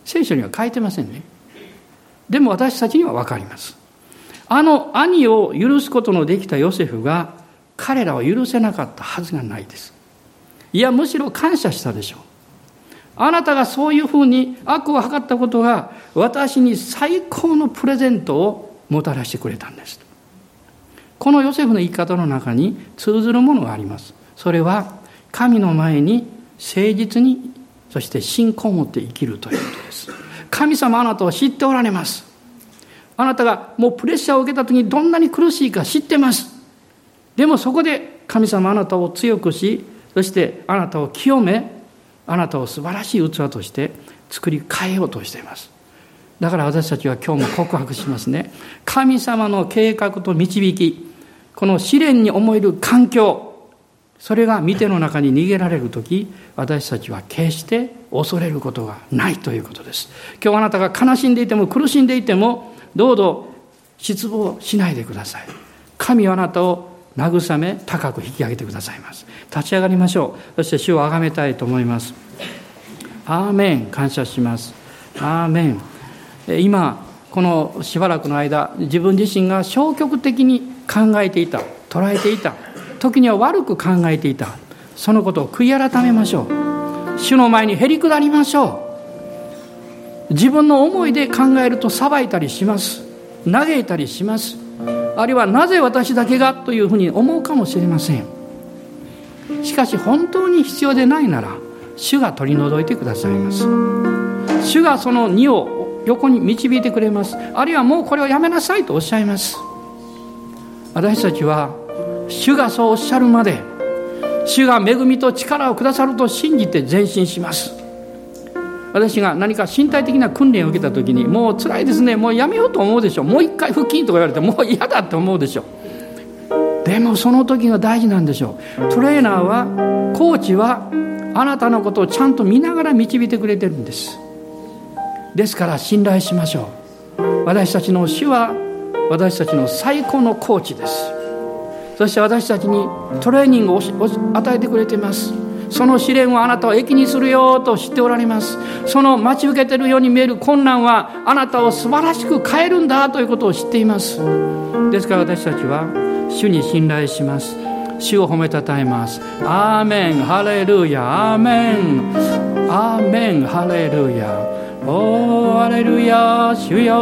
聖書には書いてませんね。でも私たちには分かります。あの兄を許すことのできたヨセフが彼らを許せなかったはずがないです。いや、むしろ感謝したでしょう。あなたがそういうふうに悪を図ったことが私に最高のプレゼントをもたらしてくれたんです。このヨセフの生き方の中に通ずるものがあります。それは神の前に誠実に、そして信仰を持って生きるということです。神様あなたを知っておられます。あなたがもうプレッシャーを受けた時にどんなに苦しいか知ってます。でもそこで神様あなたを強くし、そしてあなたを清め、あなたを素晴らしい器として作り変えようとしています。だから私たちは今日も告白しますね。神様の計画と導き、この試練に思える環境、それが御手の中に逃げられるとき、私たちは決して恐れることがないということです。今日あなたが悲しんでいても苦しんでいても、どうぞ失望しないでください。神はあなたを慰め、高く引き上げてくださいます。立ち上がりましょう。そして主をあがめたいと思います。アーメン。感謝します。アーメン。今このしばらくの間、自分自身が消極的に考えていた、捉えていた、時には悪く考えていた、そのことを悔い改めましょう。主の前にへり下りましょう。自分の思いで考えると裁いたりします。嘆いたりします。あるいはなぜ私だけがというふうに思うかもしれません。しかし本当に必要でないなら、主が取り除いてくださいます。主がその荷を横に導いてくれます。あるいはもうこれをやめなさいとおっしゃいます。私たちは主がそうおっしゃるまで、主が恵みと力をくださると信じて前進します。私が何か身体的な訓練を受けた時に、もう辛いですね、もうやめようと思うでしょ。もう一回腹筋とか言われてもう嫌だと思うでしょ。でもその時が大事なんでしょう。トレーナーは、コーチはあなたのことをちゃんと見ながら導いてくれてるんです。ですから信頼しましょう。私たちの主は私たちの最高のコーチです。そして私たちにトレーニングを与えてくれています。その試練はあなたを益にするよと知っておられます。その待ち受けているように見える困難はあなたを素晴らしく変えるんだということを知っています。ですから私たちは主に信頼します。主を褒めたたえます。アーメン、ハレルヤ、アーメン、アーメン、ハレルヤ、おー、ハレルヤ、主よ、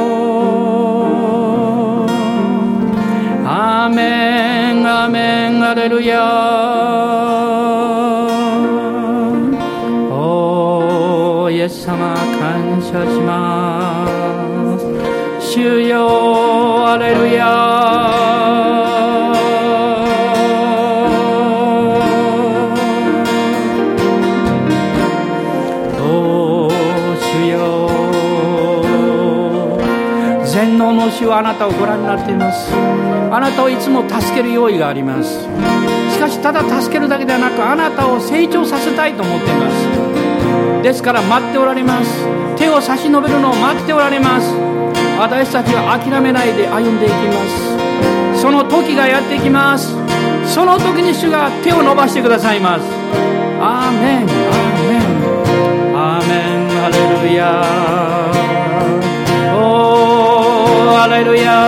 アーメン、アーメン、ハレルヤ、おー、イエス様感謝します。主よ、ハレルヤ、主はあなたをご覧になっています。あなたをいつも助ける用意があります。しかしただ助けるだけではなく、あなたを成長させたいと思っています。ですから待っておられます。手を差し伸べるのを待っておられます。私たちは諦めないで歩んでいきます。その時がやってきます。その時に主が手を伸ばしてくださいます。アーメン、アーメン、アーメン、ハレルヤ、ハレルヤ、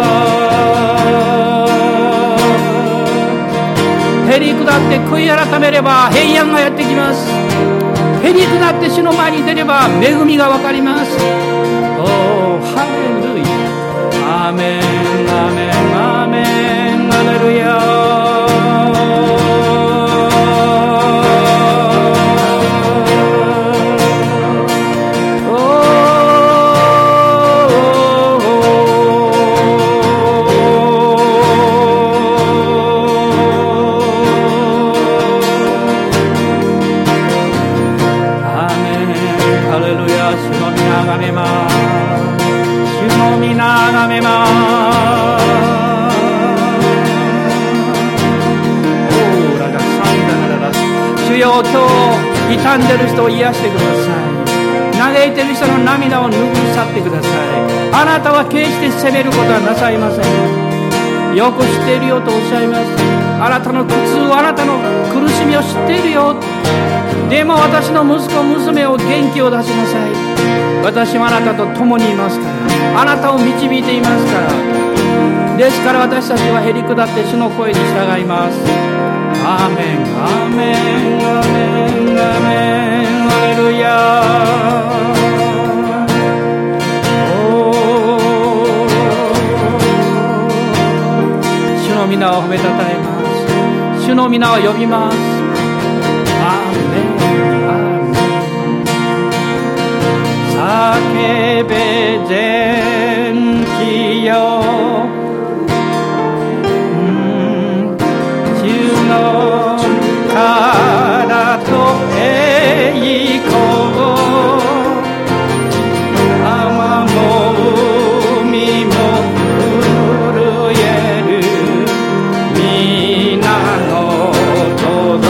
へり下って悔い改めれば平安がやってきます。へり下って主の前に出れば恵みがわかります。おー、ハレルヤ、アーメン、アーメン、アーメン、ハレルヤ、今日傷んでる人を癒してください。嘆いてる人の涙を拭い去ってください。あなたは決して責めることはなさいません。よく知っているよとおっしゃいます。あなたの苦痛を、あなたの苦しみを知っているよ。 でも私の息子娘を元気を出しなさい。私はあなたと共にいますから、あなたを導いていますから。ですから私たちはへり下って主の声に従います。アーメンアーメンアーメンアーメンハレルヤ。主の皆を褒めたたえます。主の皆を呼びます。アーメンアーメン。叫べ全地よ、からと栄光、山も海も震える皆の轟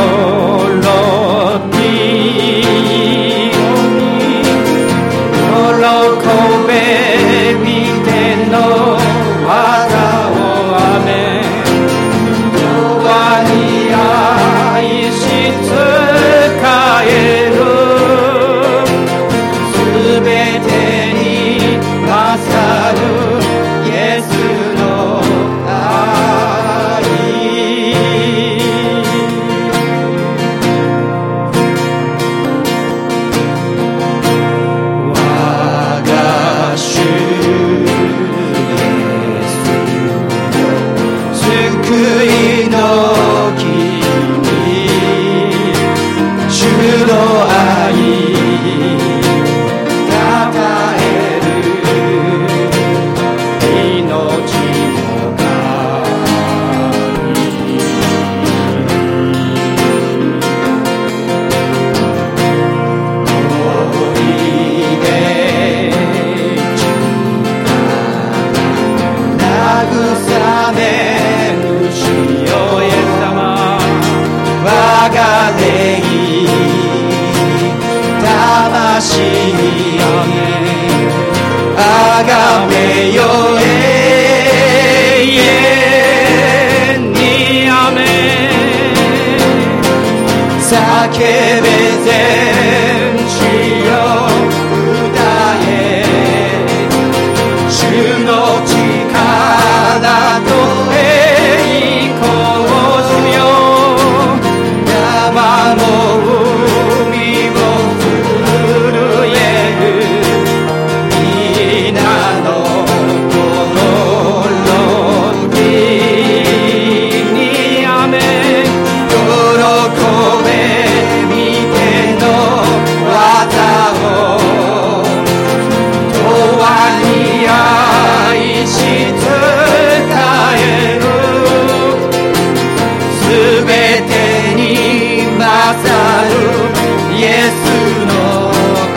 きように、喜べ見ての技をアメン。あがめよ永遠にアメン。叫べ全地よ歌え、主の力と栄光主よ。山も海も震える皆の轟きにアメン。喜べ見ての技を、永遠に愛し伝える。すべてに勝るイエスの愛。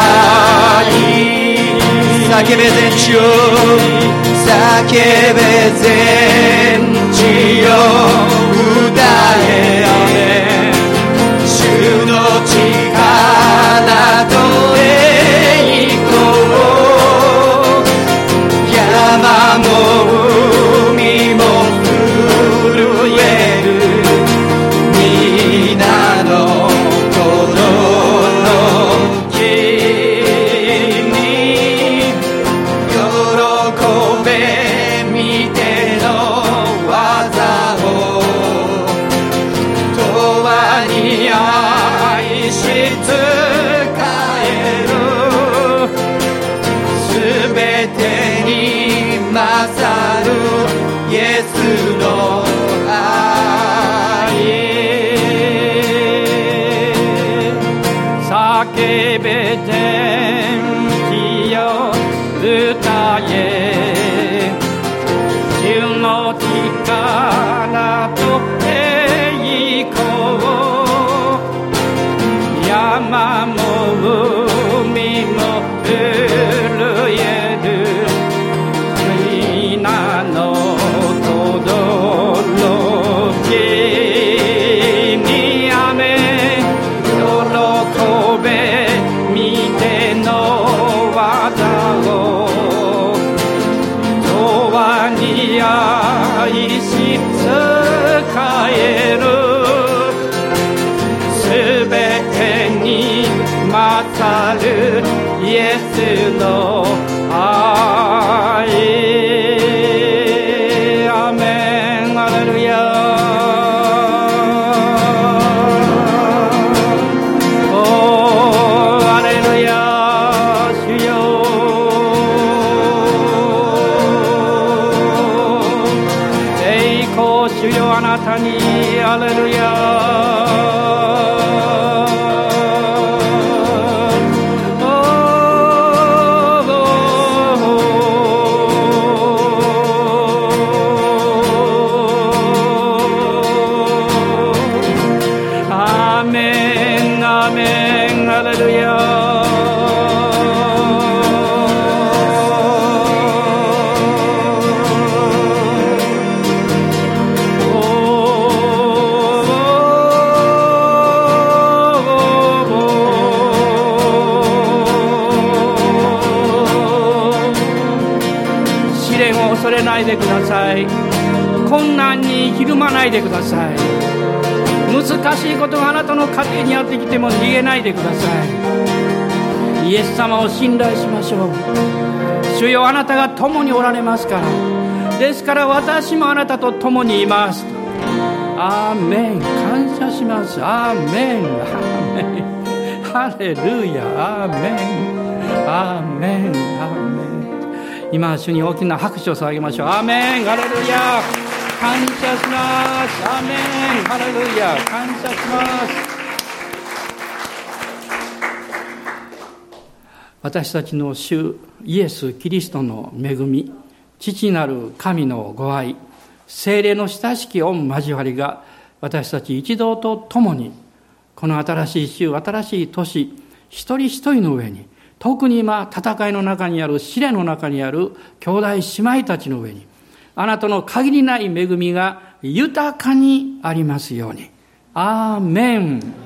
叫べ全地よ、叫べ全地よ歌えアメン。主の力と栄光、山も海も震える皆の轟きに喜べ見ての技を、永遠に愛し伝える。すべてに勝るイエスの愛。叫べ全地よ歌え、主の力と栄光、山も海も震える皆の轟きにアメン。喜べ皆さるイエスの愛。アーメン、ハレルヤ。おー、ハレルヤ、主よ。栄光主よ、あなたに、ハレルヤ。恐れないでください。困難にひるまないでください。難しいことがあなたの家庭にやってきても逃げないでください。イエス様を信頼しましょう。主よ、あなたが共におられますから。ですから私もあなたと共にいます。アーメン。感謝します。アーメン、アーメン、ハレルヤ、アーメン、アーメン、アーメン。今主に大きな拍手を捧げましょう。アーメン、ハレルヤ。感謝します。アーメン、ハレルヤ。感謝します。私たちの主イエス・キリストの恵み、父なる神のご愛、聖霊の親しき御交わりが私たち一同と共に、この新しい週、新しい年、一人一人の上に、特に今戦いの中にある、試練の中にある兄弟姉妹たちの上に、あなたの限りない恵みが豊かにありますように。アーメン。